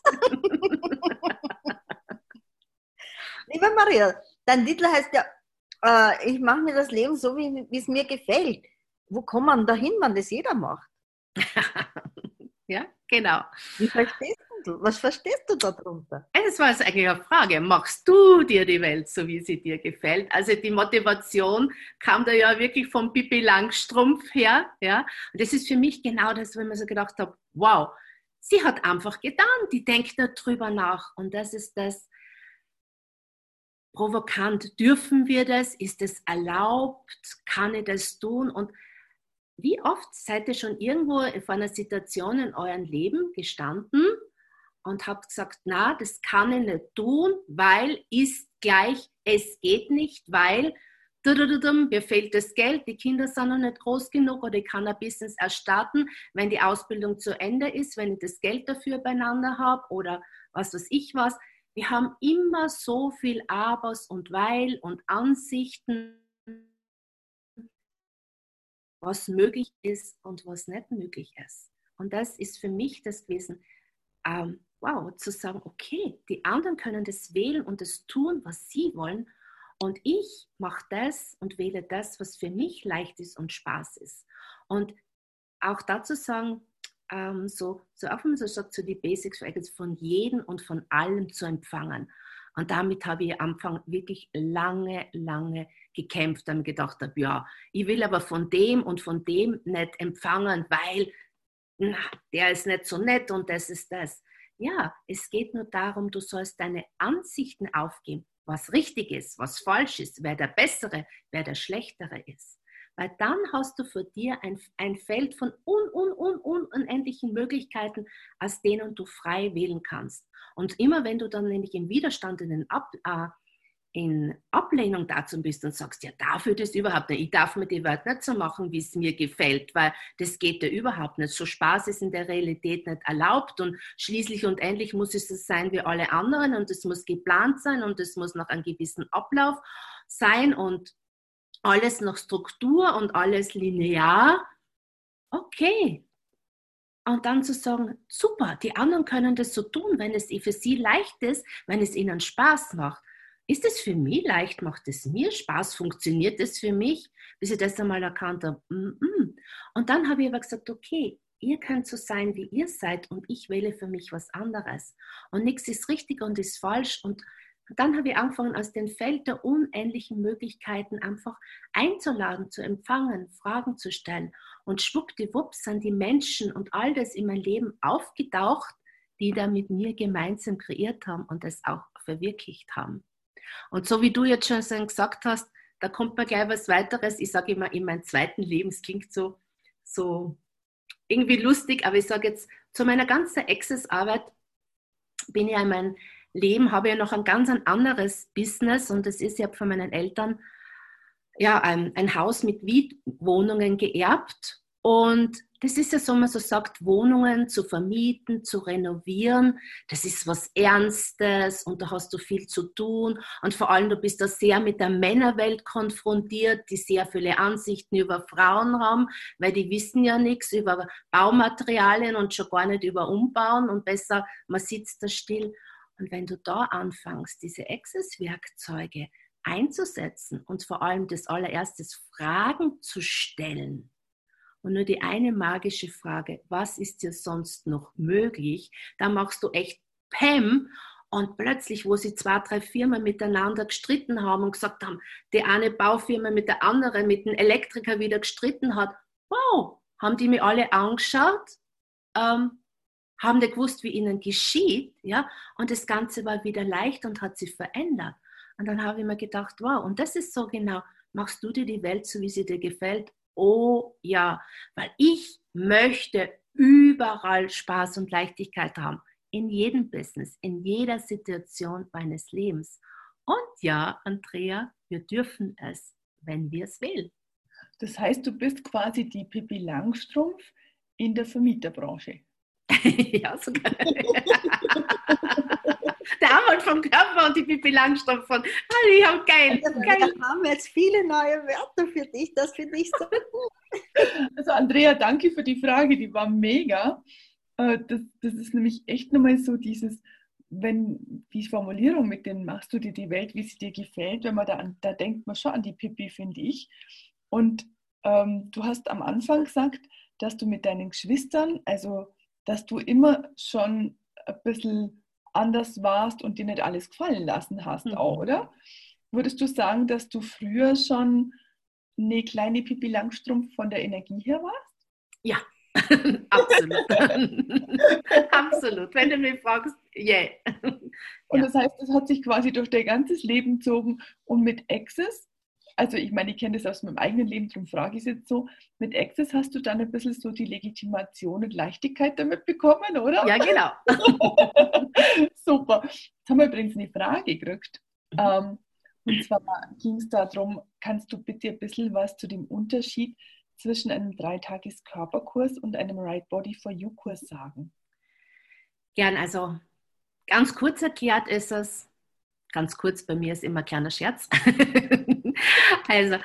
Liebe Maria, dein Titel heißt ja, ich mache mir das Leben so, wie es mir gefällt. Wo kommt man dahin, wenn das jeder macht? Ja, genau. Wie verstehst du? Was verstehst du darunter? Das war jetzt eigentlich eine Frage. Machst du dir die Welt so, wie sie dir gefällt? Also die Motivation kam da ja wirklich vom Pippi Langstrumpf her. Ja? Und das ist für mich genau das, wenn man so gedacht hat, wow, sie hat einfach getan, die denkt nicht drüber nach. Und das ist das provokant. Dürfen wir das? Ist es erlaubt? Kann ich das tun? Und wie oft seid ihr schon irgendwo vor einer Situation in eurem Leben gestanden und habt gesagt, na, das kann ich nicht tun, weil ist gleich, es geht nicht, weil mir fehlt das Geld, die Kinder sind noch nicht groß genug oder ich kann ein Business erst starten, wenn die Ausbildung zu Ende ist, wenn ich das Geld dafür beieinander habe oder was weiß ich was. Wir haben immer so viel Abers und Weil und Ansichten, was möglich ist und was nicht möglich ist. Und das ist für mich das gewesen, wow, zu sagen, okay, die anderen können das wählen und das tun, was sie wollen. Und ich mache das und wähle das, was für mich leicht ist und Spaß ist. Und auch dazu sagen, so auch wenn man so sagt, so die Basics von jedem und von allem zu empfangen. Und damit habe ich am Anfang wirklich lange gekämpft und gedacht habe, ja, ich will aber von dem und von dem nicht empfangen, weil der ist nicht so nett und das ist das. Ja, es geht nur darum, du sollst deine Ansichten aufgeben, was richtig ist, was falsch ist, wer der Bessere, wer der Schlechtere ist. Weil dann hast du vor dir ein Feld von unendlichen Möglichkeiten, aus denen du frei wählen kannst. Und immer wenn du dann nämlich im Widerstand, in Ablehnung dazu bist und sagst, ja, darf ich das überhaupt nicht, ich darf mir die Welt nicht so machen, wie es mir gefällt, weil das geht ja überhaupt nicht. So Spaß ist in der Realität nicht erlaubt und schließlich und endlich muss es so sein wie alle anderen und es muss geplant sein und es muss nach einem gewissen Ablauf sein und alles nach Struktur und alles linear. Okay. Und dann zu sagen, super, die anderen können das so tun, wenn es für sie leicht ist, wenn es ihnen Spaß macht. Ist es für mich leicht? Macht es mir Spaß? Funktioniert es für mich? Bis ich das einmal erkannt habe. Und dann habe ich aber gesagt, okay, ihr könnt so sein, wie ihr seid und ich wähle für mich was anderes. Und nichts ist richtig und ist falsch. Und dann habe ich angefangen, aus dem Feld der unendlichen Möglichkeiten einfach einzuladen, zu empfangen, Fragen zu stellen. Und schwuppdiwupps sind die Menschen und all das in mein Leben aufgetaucht, die da mit mir gemeinsam kreiert haben und das auch verwirklicht haben. Und so wie du jetzt schon gesagt hast, da kommt mir gleich was weiteres. Ich sage immer, in meinem zweiten Leben, es klingt so irgendwie lustig, aber ich sage jetzt, zu meiner ganzen Access-Arbeit bin ich ja in meinem Leben, habe ich ja noch ein ganz anderes Business und das ist ja von meinen Eltern ja ein Haus mit Mietwohnungen geerbt und das ist ja so, man so sagt, Wohnungen zu vermieten, zu renovieren, das ist was Ernstes und da hast du viel zu tun und vor allem du bist da sehr mit der Männerwelt konfrontiert, die sehr viele Ansichten über Frauen haben, weil die wissen ja nichts über Baumaterialien und schon gar nicht über Umbauen und besser, man sitzt da still. Und wenn du da anfängst, diese Access-Werkzeuge einzusetzen und vor allem das allererstes Fragen zu stellen, und nur die eine magische Frage, was ist dir sonst noch möglich? Da machst du echt Pam und plötzlich, wo sie 2, 3 Firmen miteinander gestritten haben und gesagt haben, die eine Baufirma mit der anderen, mit dem Elektriker wieder gestritten hat, wow, haben die mir alle angeschaut, haben die gewusst, wie ihnen geschieht, ja? Und das Ganze war wieder leicht und hat sich verändert. Und dann habe ich mir gedacht, wow, und das ist so genau, machst du dir die Welt so, wie sie dir gefällt? Oh ja, weil ich möchte überall Spaß und Leichtigkeit haben. In jedem Business, in jeder Situation meines Lebens. Und ja, Andrea, wir dürfen es, wenn wir es will. Das heißt, du bist quasi die Pippi Langstrumpf in der Vermieterbranche. Ja, sogar. Der Arnold vom Körper und die Pippi Langstrumpf von. Ja, geil. Also, geil. da haben wir jetzt viele neue Wörter für dich. Das finde ich so gut. Also Andrea, danke für die Frage, die war mega. Das ist nämlich echt nochmal so dieses, wenn die Formulierung mit dem machst du dir die Welt, wie sie dir gefällt, wenn man da denkt man schon an die Pippi, finde ich. Und du hast am Anfang gesagt, dass du mit deinen Geschwistern, also dass du immer schon ein bisschen anders warst und dir nicht alles gefallen lassen hast auch, oder? Würdest du sagen, dass du früher schon eine kleine Pippi Langstrumpf von der Energie her warst? Ja, absolut. Absolut. Wenn du mich fragst, yeah. Und Ja. das heißt, das hat sich quasi durch dein ganzes Leben gezogen und mit Access, also ich meine, ich kenne das aus meinem eigenen Leben, darum frage ich es jetzt so, mit Access hast du dann ein bisschen so die Legitimation und Leichtigkeit damit bekommen, oder? Ja, genau. Super. Jetzt haben wir übrigens eine Frage gekriegt. Und zwar ging es darum, kannst du bitte ein bisschen was zu dem Unterschied zwischen einem 3-Tages-Körperkurs und einem Right Body for You Kurs sagen? Gern, also ganz kurz erklärt ist es, ganz kurz, bei mir ist immer ein kleiner Scherz. Also,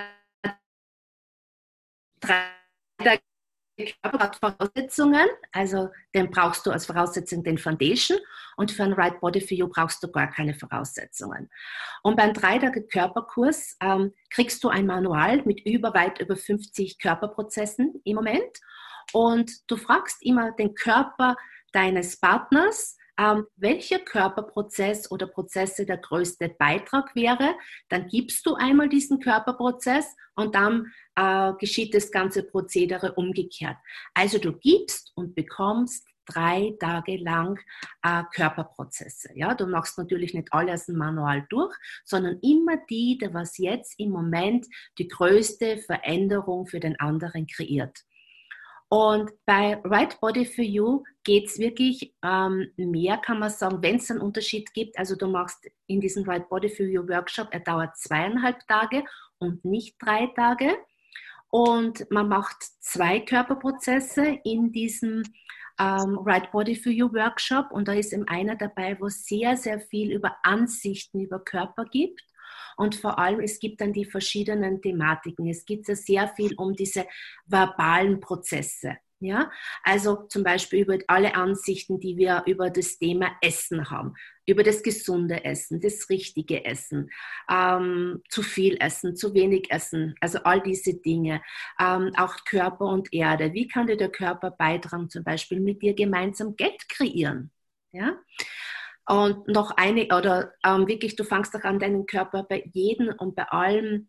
3 Körpervoraussetzungen, also den brauchst du als Voraussetzung den Foundation und für ein Right Body for You brauchst du gar keine Voraussetzungen. Und beim 3-Tage-Körperkurs kriegst du ein Manual mit weit über 50 Körperprozessen im Moment und du fragst immer den Körper deines Partners, welcher Körperprozess oder Prozesse der größte Beitrag wäre, dann gibst du einmal diesen Körperprozess und dann geschieht das ganze Prozedere umgekehrt. Also du gibst und bekommst 3 Tage lang Körperprozesse. Ja? Du machst natürlich nicht alles im Manual durch, sondern immer die, was jetzt im Moment die größte Veränderung für den anderen kreiert. Und bei Right Body for You geht es wirklich mehr, kann man sagen, wenn es einen Unterschied gibt. Also du machst in diesem Right Body for You Workshop, er dauert 2,5 Tage und nicht 3 Tage. Und man macht 2 Körperprozesse in diesem Right Body for You Workshop. Und da ist eben einer dabei, wo es sehr, sehr viel über Ansichten über Körper gibt. Und vor allem, es gibt dann die verschiedenen Thematiken. Es geht ja sehr viel um diese verbalen Prozesse. Ja? Also zum Beispiel über alle Ansichten, die wir über das Thema Essen haben. Über das gesunde Essen, das richtige Essen, zu viel Essen, zu wenig Essen. Also all diese Dinge. Auch Körper und Erde. Wie kann dir der Körper beitragen, zum Beispiel mit dir gemeinsam Geld kreieren? Ja? Und noch eine, oder wirklich, du fängst auch an, deinen Körper bei jedem und bei allem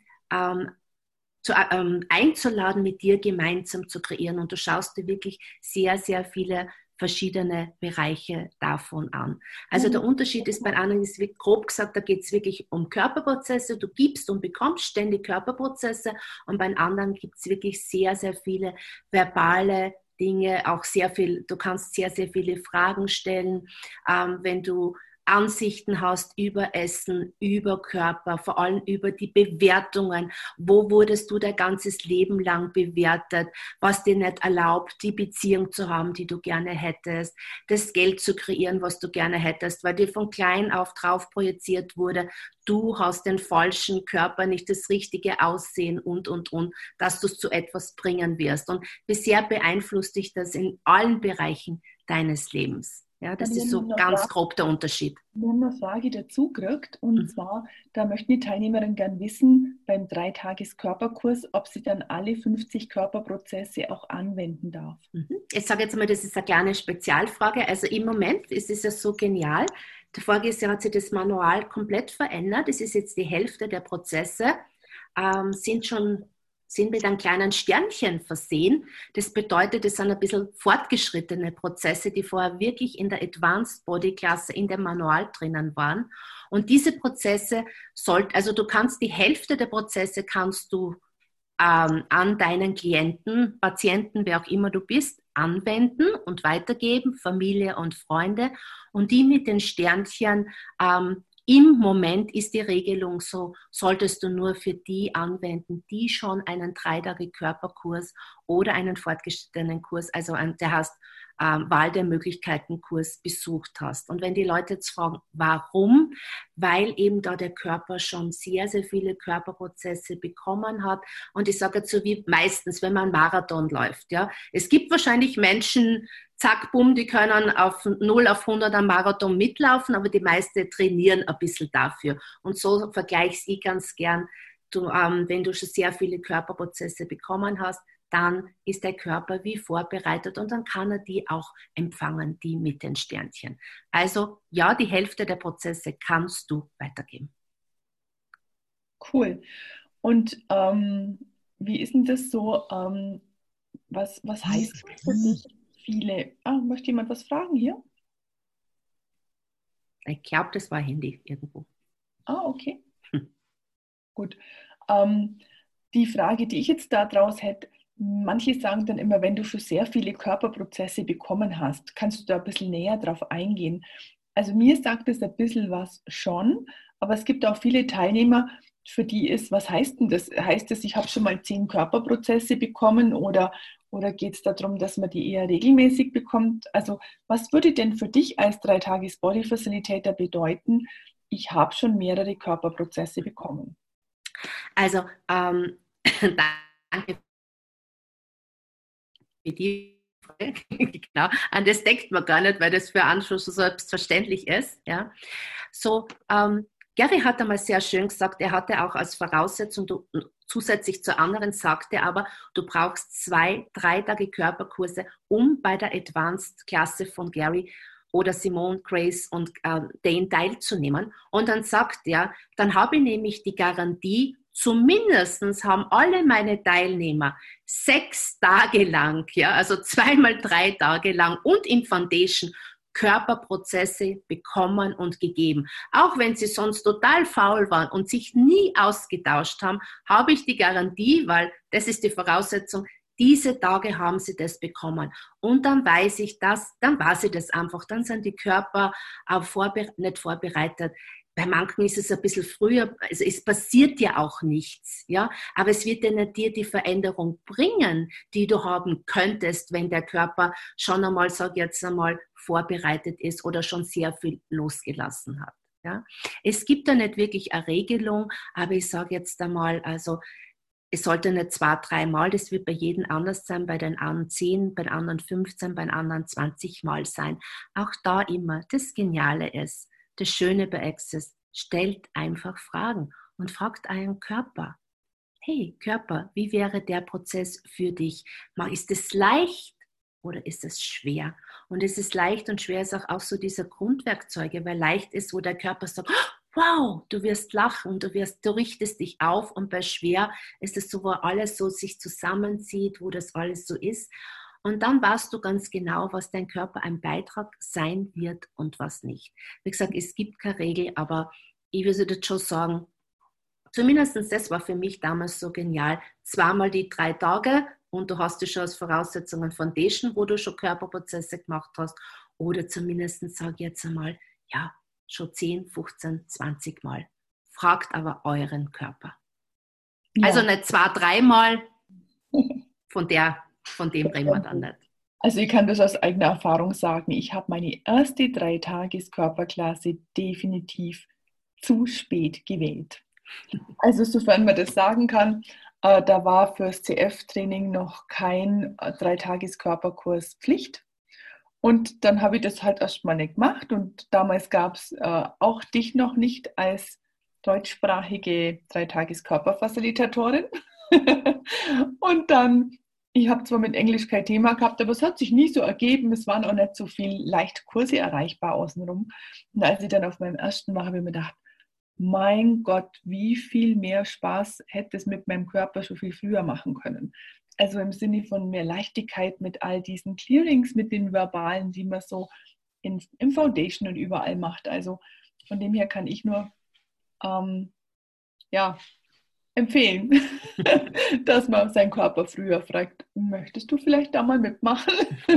einzuladen, mit dir gemeinsam zu kreieren. Und du schaust dir wirklich sehr, sehr viele verschiedene Bereiche davon an. Also der Unterschied ist, bei anderen ist, wie grob gesagt, da geht es wirklich um Körperprozesse. Du gibst und bekommst ständig Körperprozesse, und bei anderen gibt es wirklich sehr, sehr viele verbale Dinge, auch sehr viel, du kannst sehr, sehr viele Fragen stellen, wenn du Ansichten hast über Essen, über Körper, vor allem über die Bewertungen. Wo wurdest du dein ganzes Leben lang bewertet, was dir nicht erlaubt, die Beziehung zu haben, die du gerne hättest, das Geld zu kreieren, was du gerne hättest, weil dir von klein auf drauf projiziert wurde, du hast den falschen Körper, nicht das richtige Aussehen und, dass du es zu etwas bringen wirst. Und wie sehr beeinflusst dich das in allen Bereichen deines Lebens? Ja, das ist so ganz grob der Unterschied. Wir haben eine Frage dazu gekriegt, und zwar, da möchten die Teilnehmerinnen gern wissen, beim 3-Tages-Körperkurs, ob sie dann alle 50 Körperprozesse auch anwenden darf. Ich sage jetzt mal, das ist eine kleine Spezialfrage. Also im Moment ist es ja so genial. Voriges Jahr hat sich das Manual komplett verändert. Es ist jetzt die Hälfte der Prozesse, sind mit einem kleinen Sternchen versehen. Das bedeutet, es sind ein bisschen fortgeschrittene Prozesse, die vorher wirklich in der Advanced Body Klasse in dem Manual drinnen waren. Und diese Prozesse also du kannst die Hälfte der Prozesse kannst du an deinen Klienten, Patienten, wer auch immer du bist, anwenden und weitergeben, Familie und Freunde. Und die mit den Sternchen, im Moment ist die Regelung so, solltest du nur für die anwenden, die schon einen 3-Tage-Körperkurs oder einen fortgeschrittenen Kurs, also der heißt Wahl der Möglichkeiten Kurs besucht hast. Und wenn die Leute jetzt fragen, warum? Weil eben da der Körper schon sehr, sehr viele Körperprozesse bekommen hat. Und ich sage jetzt so wie meistens, wenn man einen Marathon läuft. Ja, es gibt wahrscheinlich Menschen, zack, bumm, die können auf 0 auf 100 am Marathon mitlaufen, aber die meisten trainieren ein bisschen dafür. Und so vergleiche ich ganz gern, wenn du schon sehr viele Körperprozesse bekommen hast, dann ist der Körper wie vorbereitet und dann kann er die auch empfangen, die mit den Sternchen. Also ja, die Hälfte der Prozesse kannst du weitergeben. Cool. Und wie ist denn das so? Was heißt das für dich? Viele. Möchte jemand was fragen hier? Ich glaube, das war Handy irgendwo. Okay. Gut. Die Frage, die ich jetzt daraus hätte, manche sagen dann immer, wenn du schon sehr viele Körperprozesse bekommen hast, kannst du da ein bisschen näher drauf eingehen. Also mir sagt es ein bisschen was schon, aber es gibt auch viele Teilnehmer, für die ist, was heißt denn das? Heißt es, ich habe schon mal 10 Körperprozesse bekommen oder geht es darum, dass man die eher regelmäßig bekommt? Also was würde denn für dich als 3-Tages-Body-Facilitator bedeuten, ich habe schon mehrere Körperprozesse bekommen? Also danke für die Frage. Genau, an das denkt man gar nicht, weil das für einen schon so selbstverständlich ist. Ja. So, Gary hat einmal sehr schön gesagt, er hatte auch als Voraussetzung, zusätzlich zu anderen sagte aber, du brauchst 2 3-Tage-Körperkurse, um bei der Advanced-Klasse von Gary oder Simone, Grace und Dane teilzunehmen. Und dann sagt er, dann habe ich nämlich die Garantie, zumindest haben alle meine Teilnehmer 6 Tage lang, ja, also 2x3 Tage lang und in Foundation Körperprozesse bekommen und gegeben. Auch wenn sie sonst total faul waren und sich nie ausgetauscht haben, habe ich die Garantie, weil das ist die Voraussetzung, diese Tage haben sie das bekommen. Und dann weiß ich das, dann weiß ich das einfach. Dann sind die Körper nicht vorbereitet. Bei manchen ist es ein bisschen früher, also es passiert ja auch nichts, ja, aber es wird dir die Veränderung bringen, die du haben könntest, wenn der Körper schon einmal, sag ich jetzt einmal, vorbereitet ist oder schon sehr viel losgelassen hat. Ja. Es gibt da nicht wirklich eine Regelung, aber ich sage jetzt einmal, also es sollte nicht 2-3 Mal, das wird bei jedem anders sein, bei den anderen 10, bei den anderen 15, bei den anderen 20 Mal sein. Auch da immer, das Geniale ist, das Schöne bei Access, stellt einfach Fragen und fragt euren Körper. Hey Körper, wie wäre der Prozess für dich? Ist es leicht oder ist es schwer? Und es ist leicht und schwer ist auch so dieser Grundwerkzeuge, weil leicht ist, wo der Körper sagt, wow, du wirst lachen, du richtest dich auf, und bei schwer ist es so, wo alles so sich zusammenzieht, wo das alles so ist. Und dann weißt du ganz genau, was dein Körper ein Beitrag sein wird und was nicht. Wie gesagt, es gibt keine Regel, aber ich würde jetzt schon sagen, zumindest das war für mich damals so genial. Zweimal die 3 Tage und du hast ja schon als Voraussetzung ein Foundation, wo du schon Körperprozesse gemacht hast. Oder zumindest, sage ich jetzt einmal, ja, schon 10, 15, 20 Mal. Fragt aber euren Körper. Ja. Also nicht 2, 3 Mal, von dem reden wir dann nicht. Also ich kann das aus eigener Erfahrung sagen. Ich habe meine erste 3-Tages-Körperklasse definitiv zu spät gewählt. Also sofern man das sagen kann, da war fürs CF-Training noch kein 3-Tages-Körperkurs Pflicht. Und dann habe ich das halt erstmal nicht gemacht. Und damals gab es auch dich noch nicht als deutschsprachige 3-Tages-Körperfacilitatorin. Und dann, ich habe zwar mit Englisch kein Thema gehabt, aber es hat sich nie so ergeben. Es waren auch nicht so viele Leichtkurse erreichbar außenrum. Und als ich dann auf meinem ersten war, habe ich mir gedacht, mein Gott, wie viel mehr Spaß hätte es mit meinem Körper schon viel früher machen können. Also im Sinne von mehr Leichtigkeit mit all diesen Clearings, mit den Verbalen, die man so im Foundation und überall macht. Also von dem her kann ich nur empfehlen, dass man seinen Körper früher fragt, möchtest du vielleicht da mal mitmachen?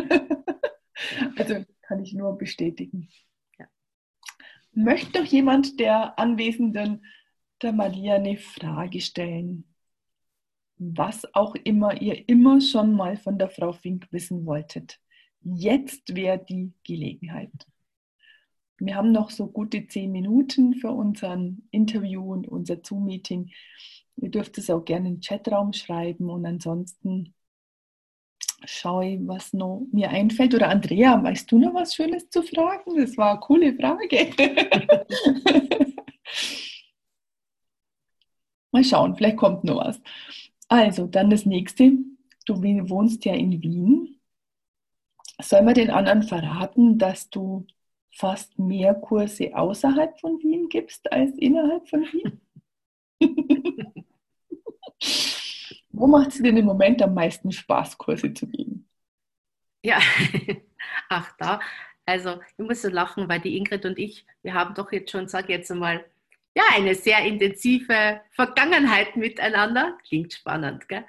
Also kann ich nur bestätigen. Ja. Möchte noch jemand der Anwesenden der Maria eine Frage stellen? Was auch immer ihr immer schon mal von der Frau Fink wissen wolltet. Jetzt wäre die Gelegenheit. Wir haben noch so gute 10 Minuten für unser Interview und unser Zoom-Meeting. Ihr dürft es auch gerne im Chatraum schreiben und ansonsten schaue ich, was noch mir einfällt. Oder Andrea, weißt du noch was Schönes zu fragen? Das war eine coole Frage. Mal schauen, vielleicht kommt noch was. Also, dann das nächste. Du wohnst ja in Wien. Soll man den anderen verraten, dass du fast mehr Kurse außerhalb von Wien gibst als innerhalb von Wien? Wo macht es dir im Moment am meisten Spaß, Kurse zu geben? Ja, ach da. Also ich muss so lachen, weil die Ingrid und ich, wir haben doch jetzt schon, sage ich jetzt einmal, ja, eine sehr intensive Vergangenheit miteinander. Klingt spannend, gell?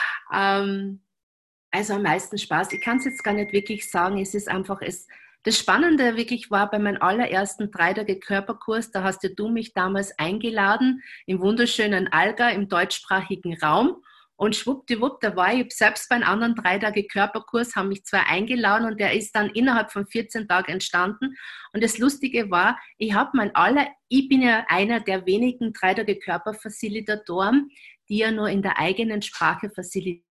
Also am meisten Spaß. Ich kann es jetzt gar nicht wirklich sagen. Es ist einfach, das Spannende wirklich war bei meinem allerersten 3-Tage-Körperkurs, da hast ja du mich damals eingeladen im wunderschönen Allgäu im deutschsprachigen Raum. Und schwuppdiwupp, da war ich selbst bei einem anderen 3-Tage-Körperkurs, haben mich zwei eingeladen und der ist dann innerhalb von 14 Tagen entstanden. Und das Lustige war, ich bin ja einer der wenigen 3-Tage-Körperfacilitatoren, die ja nur in der eigenen Sprache facilitieren.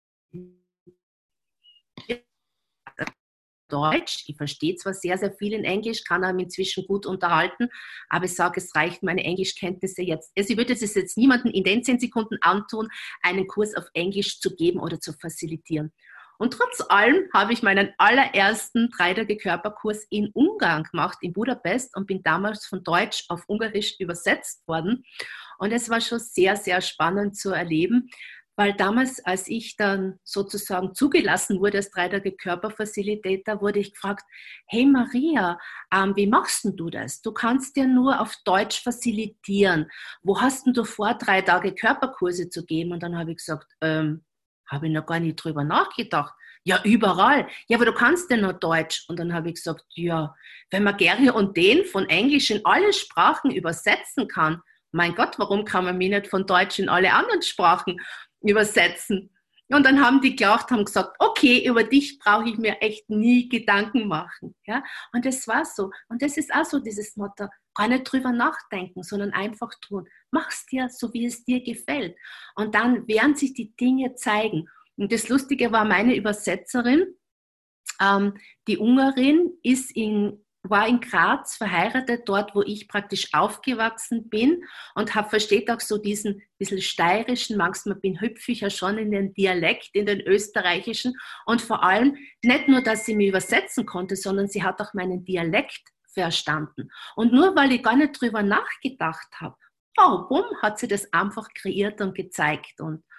Deutsch. Ich verstehe zwar sehr, sehr viel in Englisch, kann mich inzwischen gut unterhalten, aber ich sage, es reicht meine Englischkenntnisse jetzt. Also ich würde es jetzt niemandem in den 10 Sekunden antun, einen Kurs auf Englisch zu geben oder zu facilitieren. Und trotz allem habe ich meinen allerersten 3-Tage-Körperkurs in Ungarn gemacht, in Budapest, und bin damals von Deutsch auf Ungarisch übersetzt worden. Und es war schon sehr, sehr spannend zu erleben, weil damals, als ich dann sozusagen zugelassen wurde als 3-Tage-Körperfacilitator, wurde ich gefragt, hey Maria, wie machst denn du das? Du kannst ja nur auf Deutsch facilitieren. Wo hast denn du vor, 3-Tage-Körperkurse zu geben? Und dann habe ich gesagt, habe ich noch gar nicht drüber nachgedacht. Ja, überall. Ja, aber du kannst ja noch Deutsch. Und dann habe ich gesagt, ja, wenn man Gary und den von Englisch in alle Sprachen übersetzen kann, mein Gott, warum kann man mich nicht von Deutsch in alle anderen Sprachen übersetzen? Und dann haben die gelacht, haben gesagt, okay, über dich brauche ich mir echt nie Gedanken machen. Ja? Und das war so. Und das ist auch so dieses Motto, gar nicht drüber nachdenken, sondern einfach tun. Mach's dir so, wie es dir gefällt. Und dann werden sich die Dinge zeigen. Und das Lustige war, meine Übersetzerin, die Ungarin, war in Graz verheiratet, dort, wo ich praktisch aufgewachsen bin, und versteht auch so diesen bisschen steirischen, manchmal hüpfe ich ja schon in den Dialekt, in den österreichischen, und vor allem nicht nur, dass sie mich übersetzen konnte, sondern sie hat auch meinen Dialekt verstanden. Und nur weil ich gar nicht drüber nachgedacht habe, warum hat sie das einfach kreiert und gezeigt. Und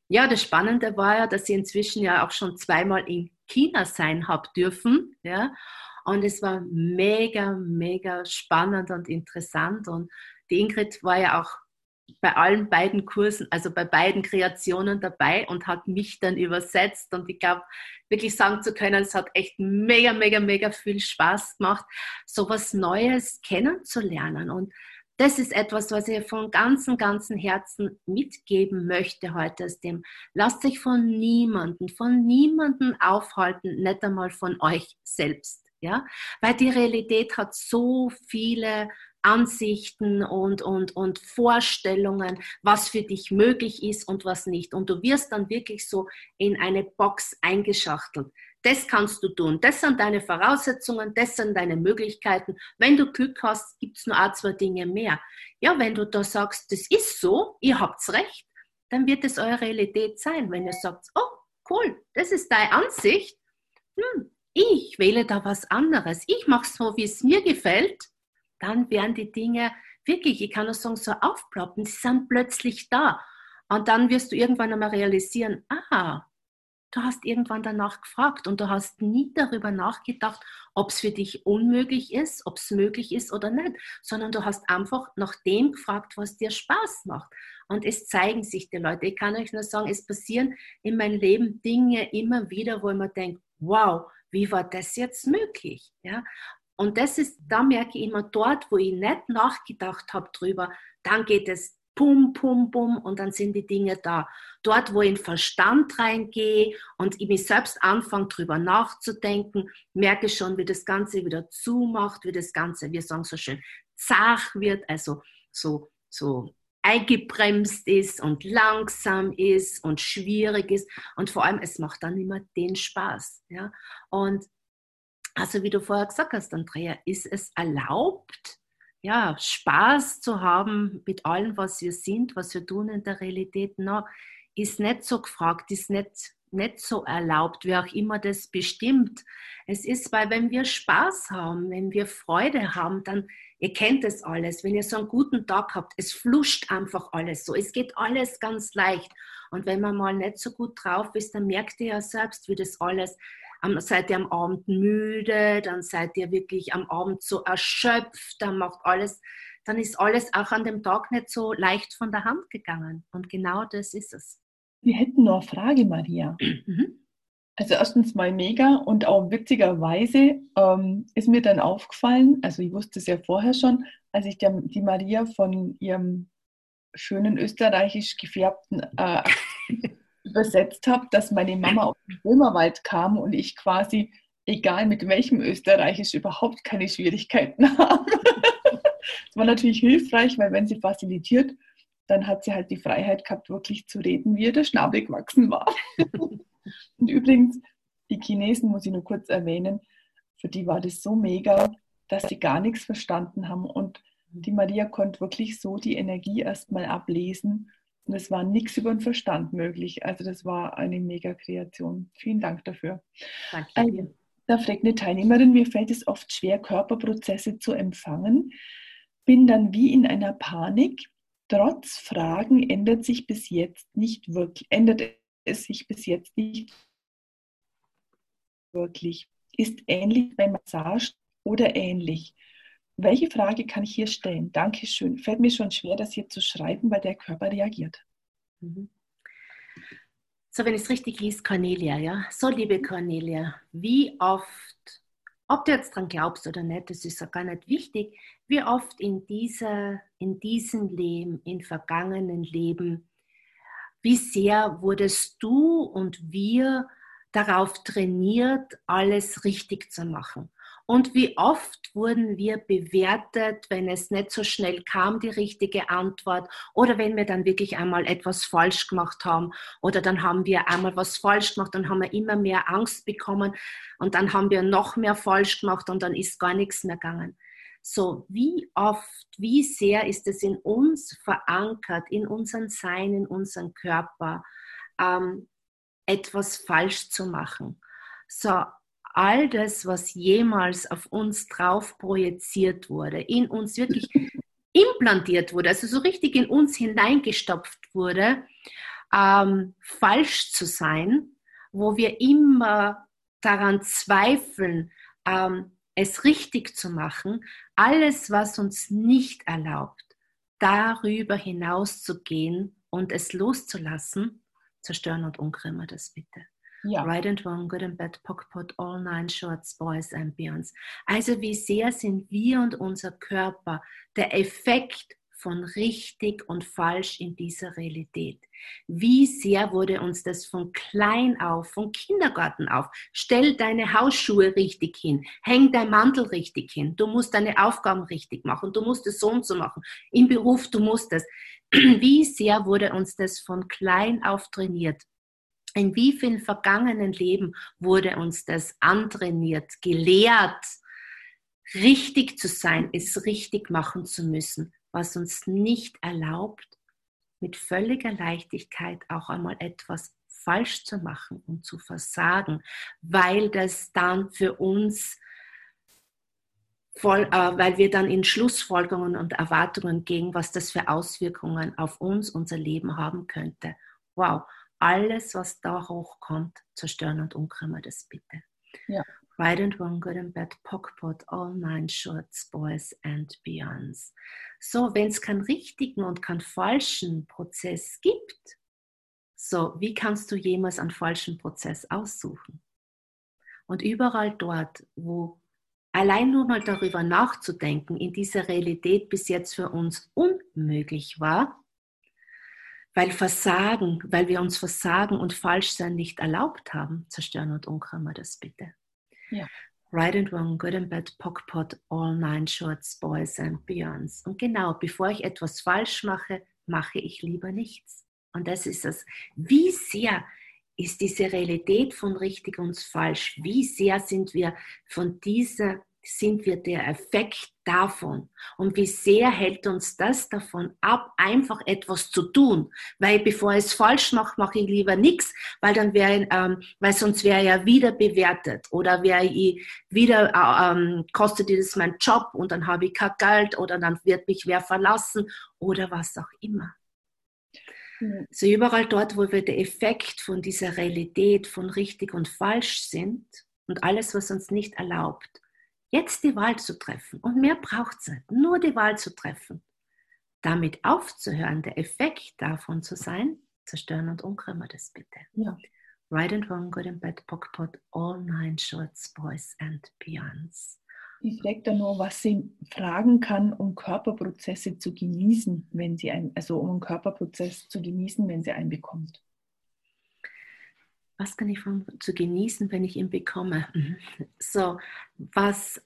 Ja, das Spannende war ja, dass ich inzwischen ja auch schon zweimal in China sein habe dürfen. Ja? Und es war mega, mega spannend und interessant. Und die Ingrid war ja auch bei allen beiden Kursen, also bei beiden Kreationen dabei und hat mich dann übersetzt. Und ich glaube, wirklich sagen zu können, es hat echt mega, mega, mega viel Spaß gemacht, so was Neues kennenzulernen. Und das ist etwas, was ich von ganzem, ganzem Herzen mitgeben möchte heute aus dem. Lasst euch von niemandem aufhalten, nicht einmal von euch selbst. Ja? Weil die Realität hat so viele Ansichten und Vorstellungen, was für dich möglich ist und was nicht. Und du wirst dann wirklich so in eine Box eingeschachtelt. Das kannst du tun. Das sind deine Voraussetzungen, das sind deine Möglichkeiten. Wenn du Glück hast, gibt es nur ein, zwei Dinge mehr. Ja, wenn du da sagst, das ist so, ihr habt's recht, dann wird es eure Realität sein. Wenn ihr sagt, oh, cool, das ist deine Ansicht, ich wähle da was anderes, ich mache es so, wie es mir gefällt, dann werden die Dinge wirklich, ich kann nur sagen, so aufploppen, die sind plötzlich da. Und dann wirst du irgendwann einmal realisieren, du hast irgendwann danach gefragt und du hast nie darüber nachgedacht, ob es für dich unmöglich ist, ob es möglich ist oder nicht, sondern du hast einfach nach dem gefragt, was dir Spaß macht. Und es zeigen sich die Leute. Ich kann euch nur sagen, es passieren in meinem Leben Dinge immer wieder, wo ich mir denke, wow, wie war das jetzt möglich? Ja? Und das ist, da merke ich immer dort, wo ich nicht nachgedacht habe drüber, dann geht es pum, pum, pum und dann sind die Dinge da. Dort, wo ich in den Verstand reingehe und ich mich selbst anfange, drüber nachzudenken, merke ich schon, wie das Ganze wieder zumacht, wie das Ganze, wir sagen so schön, zart wird, also so eingebremst ist und langsam ist und schwierig ist. Und vor allem, es macht dann immer den Spaß. Ja? Und also wie du vorher gesagt hast, Andrea, ist es erlaubt, ja, Spaß zu haben mit allem, was wir sind, was wir tun in der Realität, ist nicht so gefragt, ist nicht so erlaubt, wie auch immer das bestimmt. Es ist, weil wenn wir Spaß haben, wenn wir Freude haben, dann, ihr kennt es alles, wenn ihr so einen guten Tag habt, es fluscht einfach alles so, es geht alles ganz leicht. Und wenn man mal nicht so gut drauf ist, dann merkt ihr ja selbst, wie das alles, seid ihr am Abend müde, dann seid ihr wirklich am Abend so erschöpft, dann ist alles auch an dem Tag nicht so leicht von der Hand gegangen. Und genau das ist es. Wir hätten noch eine Frage, Maria. Also erstens mal mega und auch witzigerweise ist mir dann aufgefallen, also ich wusste es ja vorher schon, als ich die Maria von ihrem schönen österreichisch gefärbten übersetzt habe, dass meine Mama aus dem Böhmerwald kam und ich quasi, egal mit welchem Österreichisch, überhaupt keine Schwierigkeiten habe. Das war natürlich hilfreich, weil wenn sie facilitiert, dann hat sie halt die Freiheit gehabt, wirklich zu reden, wie ihr der Schnabel gewachsen war. Und übrigens, die Chinesen, muss ich nur kurz erwähnen, für die war das so mega, dass sie gar nichts verstanden haben. Und die Maria konnte wirklich so die Energie erstmal ablesen. Und es war nichts über den Verstand möglich. Also das war eine Mega-Kreation. Vielen Dank dafür. Danke dir. Da fragt eine Teilnehmerin, mir fällt es oft schwer, Körperprozesse zu empfangen. Bin dann wie in einer Panik. Trotz Fragen ändert es sich bis jetzt nicht wirklich. Ist ähnlich bei Massage oder ähnlich? Welche Frage kann ich hier stellen? Dankeschön. Fällt mir schon schwer, das hier zu schreiben, weil der Körper reagiert. So, wenn es richtig hieß, Cornelia, ja. So, liebe Cornelia, wie oft, ob du jetzt dran glaubst oder nicht, das ist ja gar nicht wichtig, wie oft in diesem Leben, in vergangenen Leben, wie sehr wurdest du und wir darauf trainiert, alles richtig zu machen? Und wie oft wurden wir bewertet, wenn es nicht so schnell kam, die richtige Antwort, oder wenn wir dann wirklich einmal etwas falsch gemacht haben, oder dann haben wir einmal was falsch gemacht, dann haben wir immer mehr Angst bekommen und dann haben wir noch mehr falsch gemacht und dann ist gar nichts mehr gegangen. So, wie oft, wie sehr ist es in uns verankert, in unserem Sein, in unserem Körper, etwas falsch zu machen. So, all das, was jemals auf uns drauf projiziert wurde, in uns wirklich implantiert wurde, also so richtig in uns hineingestopft wurde, falsch zu sein, wo wir immer daran zweifeln, es richtig zu machen, alles, was uns nicht erlaubt, darüber hinaus zu gehen und es loszulassen, zerstören und unkrimmer das bitte. Ja. Right and wrong, good and bad, pock, pot, all nine shorts, boys and beyonds. Also wie sehr sind wir und unser Körper der Effekt von richtig und falsch in dieser Realität? Wie sehr wurde uns das von klein auf, von Kindergarten auf, stell deine Hausschuhe richtig hin, häng dein Mantel richtig hin, du musst deine Aufgaben richtig machen, du musst es so und so machen, im Beruf, du musst es. Wie sehr wurde uns das von klein auf trainiert? In wie vielen vergangenen Leben wurde uns das antrainiert, gelehrt, richtig zu sein, es richtig machen zu müssen, was uns nicht erlaubt, mit völliger Leichtigkeit auch einmal etwas falsch zu machen und zu versagen, weil das dann für uns, weil wir dann in Schlussfolgerungen und Erwartungen gehen, was das für Auswirkungen auf uns, unser Leben haben könnte. Wow, alles, was da hochkommt, zerstören und unkrimmer das bitte. Ja. Right and wrong, good and bad, pock, pot, all nine shorts, boys and beyonds. So, wenn es keinen richtigen und keinen falschen Prozess gibt, so, wie kannst du jemals einen falschen Prozess aussuchen? Und überall dort, wo allein nur mal darüber nachzudenken, in dieser Realität bis jetzt für uns unmöglich war, weil wir uns Versagen und Falschsein nicht erlaubt haben, zerstören und unkrimmer das bitte. Ja. Right and wrong, good and bad, pock, pot, all nine shorts, boys and beyonds. Und genau, bevor ich etwas falsch mache, mache ich lieber nichts. Und das ist es. Wie sehr ist diese Realität von richtig und falsch? Wie sehr sind wir der Effekt davon? Und wie sehr hält uns das davon ab, einfach etwas zu tun? Weil bevor ich es falsch mache, mache ich lieber nichts, weil sonst wäre ja wieder bewertet oder kostet das mein Job und dann habe ich kein Geld oder dann wird mich wer verlassen oder was auch immer. So überall dort, wo wir der Effekt von dieser Realität von richtig und falsch sind und alles, was uns nicht erlaubt, jetzt die Wahl zu treffen, und mehr braucht es nicht, nur die Wahl zu treffen, damit aufzuhören, der Effekt davon zu sein, zerstören und unkrimmer das bitte. Ja. Right and wrong, good and bad, pock, pot, all nine shorts, boys and beyonds. Ich frage da nur, was sie fragen kann, um Körperprozesse zu genießen, wenn sie einen bekommt. Was kann ich zu genießen, wenn ich ihn bekomme? So, was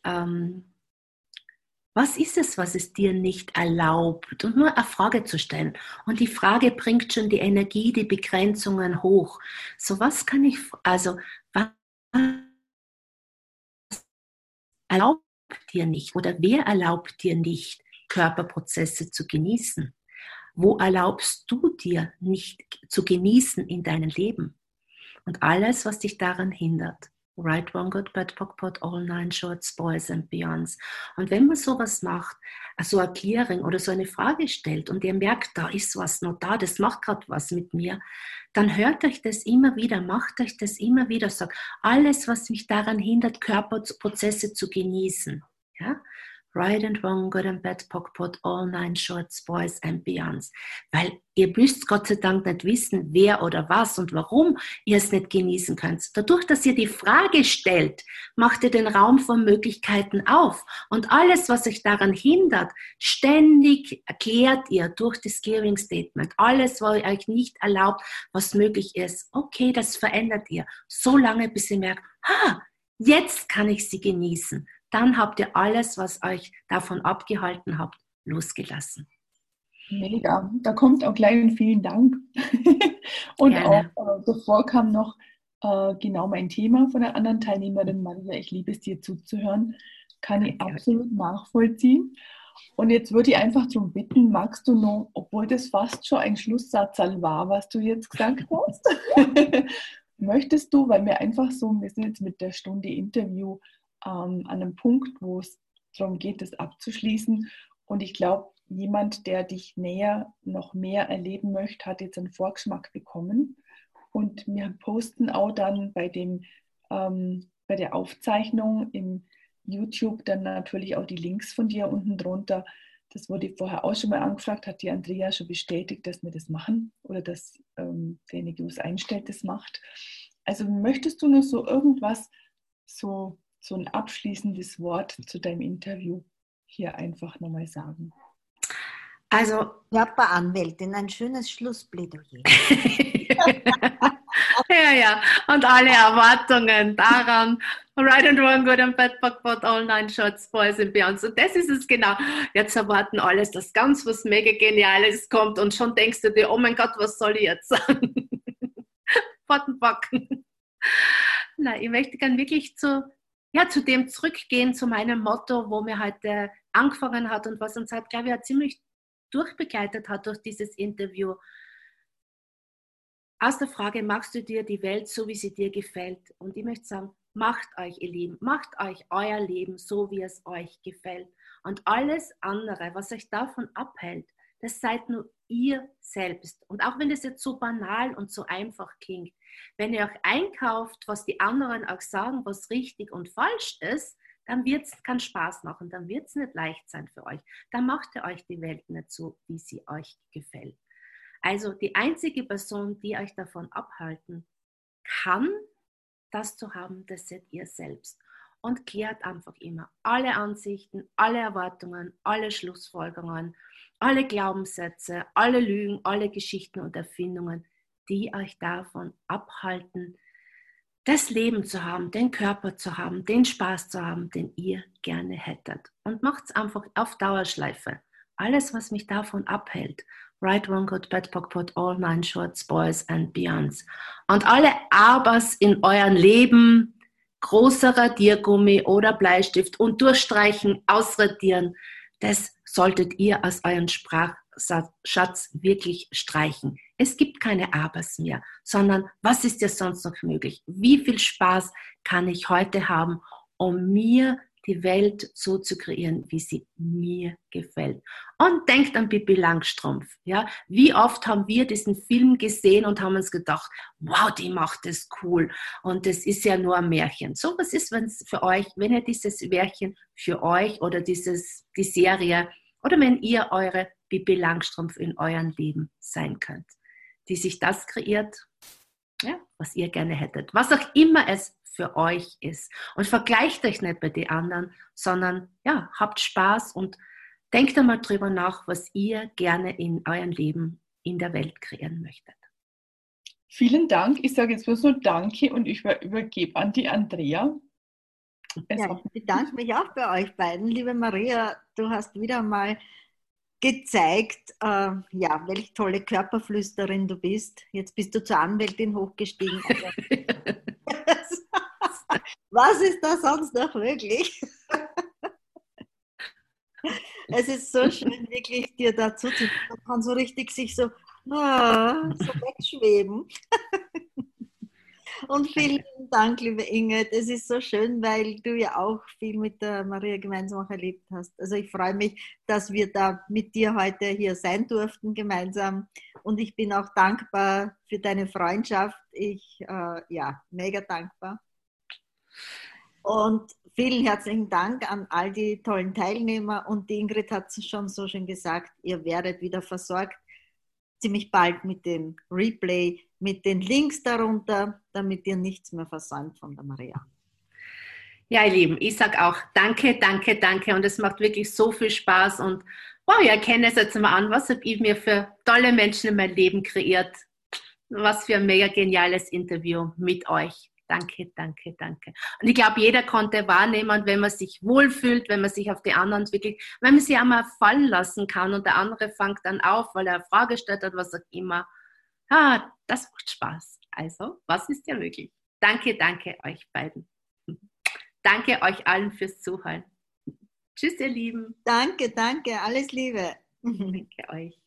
ist es, was es dir nicht erlaubt? Und nur eine Frage zu stellen. Und die Frage bringt schon die Energie, die Begrenzungen hoch. So, was erlaubt dir nicht oder wer erlaubt dir nicht, Körperprozesse zu genießen? Wo erlaubst du dir nicht zu genießen in deinem Leben? Und alles, was dich daran hindert. Right, wrong, good, bad, pock, pot, all nine shorts, boys and beyonds. Und wenn man sowas macht, so eine Clearing oder so eine Frage stellt und ihr merkt, da ist was noch da, das macht gerade was mit mir, dann hört euch das immer wieder, macht euch das immer wieder, sagt, alles, was mich daran hindert, Körperprozesse zu genießen. Ja? Right and wrong, good and bad, pock, pot, all nine shorts, boys and beyonds. Weil ihr müsst Gott sei Dank nicht wissen, wer oder was und warum ihr es nicht genießen könnt. Dadurch, dass ihr die Frage stellt, macht ihr den Raum von Möglichkeiten auf. Und alles, was euch daran hindert, ständig erklärt ihr durch das Clearing Statement. Alles, was euch nicht erlaubt, was möglich ist. Okay, das verändert ihr. So lange, bis ihr merkt, jetzt kann ich sie genießen. Dann habt ihr alles, was euch davon abgehalten habt, losgelassen. Mega. Da kommt auch gleich ein vielen Dank. Und Gerne. auch davor kam noch genau mein Thema von der anderen Teilnehmerin, Maria, ich liebe es dir zuzuhören. Kann ich absolut nachvollziehen. Und jetzt würde ich einfach darum bitten, magst du noch, obwohl das fast schon ein Schlusssatz war, was du jetzt gesagt hast, möchtest du, weil wir sind jetzt mit der Stunde Interview an einem Punkt, wo es darum geht, das abzuschließen. Und ich glaube, jemand, der dich näher, noch mehr erleben möchte, hat jetzt einen Vorgeschmack bekommen. Und wir posten auch dann bei der Aufzeichnung im YouTube dann natürlich auch die Links von dir unten drunter. Das wurde vorher auch schon mal angefragt, hat die Andrea schon bestätigt, dass wir das machen oder dass derjenige, der es einstellt, das macht. Also möchtest du noch so irgendwas, so ein abschließendes Wort zu deinem Interview hier einfach nochmal sagen? Also, Körperanwältin, ein schönes Schlussplädoyer. ja. Und alle Erwartungen daran, Right and Wrong, Good and Bad, Bad, All Nine Shorts, Boys and Beyonds. Und das ist es genau. Jetzt erwarten alles, dass ganz was mega Geniales kommt und schon denkst du dir, oh mein Gott, was soll ich jetzt sagen? Button backen. Nein, ich möchte gerne wirklich zu dem zurückgehen, zu meinem Motto, wo mir heute angefangen hat und was uns halt, glaube ich, ziemlich durchbegleitet hat durch dieses Interview. Aus der Frage, machst du dir die Welt so, wie sie dir gefällt? Und ich möchte sagen, macht euch, ihr Lieben, macht euch euer Leben so, wie es euch gefällt. Und alles andere, was euch davon abhält, das seid nur ihr selbst. Und auch wenn das jetzt so banal und so einfach klingt, wenn ihr euch einkauft, was die anderen auch sagen, was richtig und falsch ist, dann wird es keinen Spaß machen, dann wird es nicht leicht sein für euch. Dann macht ihr euch die Welt nicht so, wie sie euch gefällt. Also die einzige Person, die euch davon abhalten kann, das zu haben, das seid ihr selbst. Und klärt einfach immer alle Ansichten, alle Erwartungen, alle Schlussfolgerungen, alle Glaubenssätze, alle Lügen, alle Geschichten und Erfindungen, die euch davon abhalten, das Leben zu haben, den Körper zu haben, den Spaß zu haben, den ihr gerne hättet. Und macht es einfach auf Dauerschleife. Alles, was mich davon abhält, Right, Wrong, Good, Bad, Pot, All Nine Shorts, Boys and Beyonds. Und alle Abers in euren Leben, großer Radiergummi oder Bleistift und durchstreichen, ausradieren, das solltet ihr aus euren Sprachschatz wirklich streichen. Es gibt keine Abers mehr, sondern was ist dir sonst noch möglich? Wie viel Spaß kann ich heute haben, um mir die Welt so zu kreieren, wie sie mir gefällt. Und denkt an Pippi Langstrumpf. Ja? Wie oft haben wir diesen Film gesehen und haben uns gedacht, wow, die macht das cool. Und das ist ja nur ein Märchen. So was ist, wenn es für euch, wenn ihr dieses Märchen für euch oder die Serie oder wenn ihr eure Pippi Langstrumpf in eurem Leben sein könnt, die sich das kreiert, ja, was ihr gerne hättet. Was auch immer es für euch ist. Und vergleicht euch nicht bei den anderen, sondern ja, habt Spaß und denkt einmal drüber nach, was ihr gerne in eurem Leben in der Welt kreieren möchtet. Vielen Dank. Ich sage jetzt bloß nur Danke und ich übergebe an die Andrea. Ja, ich bedanke mich auch bei euch beiden. Liebe Maria, du hast wieder mal gezeigt, welche tolle Körperflüsterin du bist. Jetzt bist du zur Anwältin hochgestiegen. Was ist da sonst noch möglich? Es ist so schön, wirklich dir dazu zu hören. Man kann so richtig sich so wegschweben. Und vielen Dank, liebe Inge. Es ist so schön, weil du ja auch viel mit der Maria gemeinsam auch erlebt hast. Also ich freue mich, dass wir da mit dir heute hier sein durften gemeinsam. Und ich bin auch dankbar für deine Freundschaft. Mega dankbar. Und vielen herzlichen Dank an all die tollen Teilnehmer. Und die Ingrid hat es schon so schön gesagt, ihr werdet wieder versorgt, ziemlich bald mit dem Replay, mit den Links darunter, damit ihr nichts mehr versäumt von der Maria. Ja, ihr Lieben, ich sage auch danke, danke, danke und es macht wirklich so viel Spaß und wow, ich erkenne es jetzt mal an, was habe ich mir für tolle Menschen in mein Leben kreiert. Was für ein mega geniales Interview mit euch. Danke, danke, danke. Und ich glaube, jeder konnte wahrnehmen, wenn man sich wohlfühlt, wenn man sich auf die anderen entwickelt, wenn man sie einmal fallen lassen kann und der andere fängt dann auf, weil er eine Frage stellt oder was auch immer. Das macht Spaß. Also, was ist ja möglich? Danke, danke euch beiden. Danke euch allen fürs Zuhören. Tschüss, ihr Lieben. Danke, danke. Alles Liebe. Danke euch.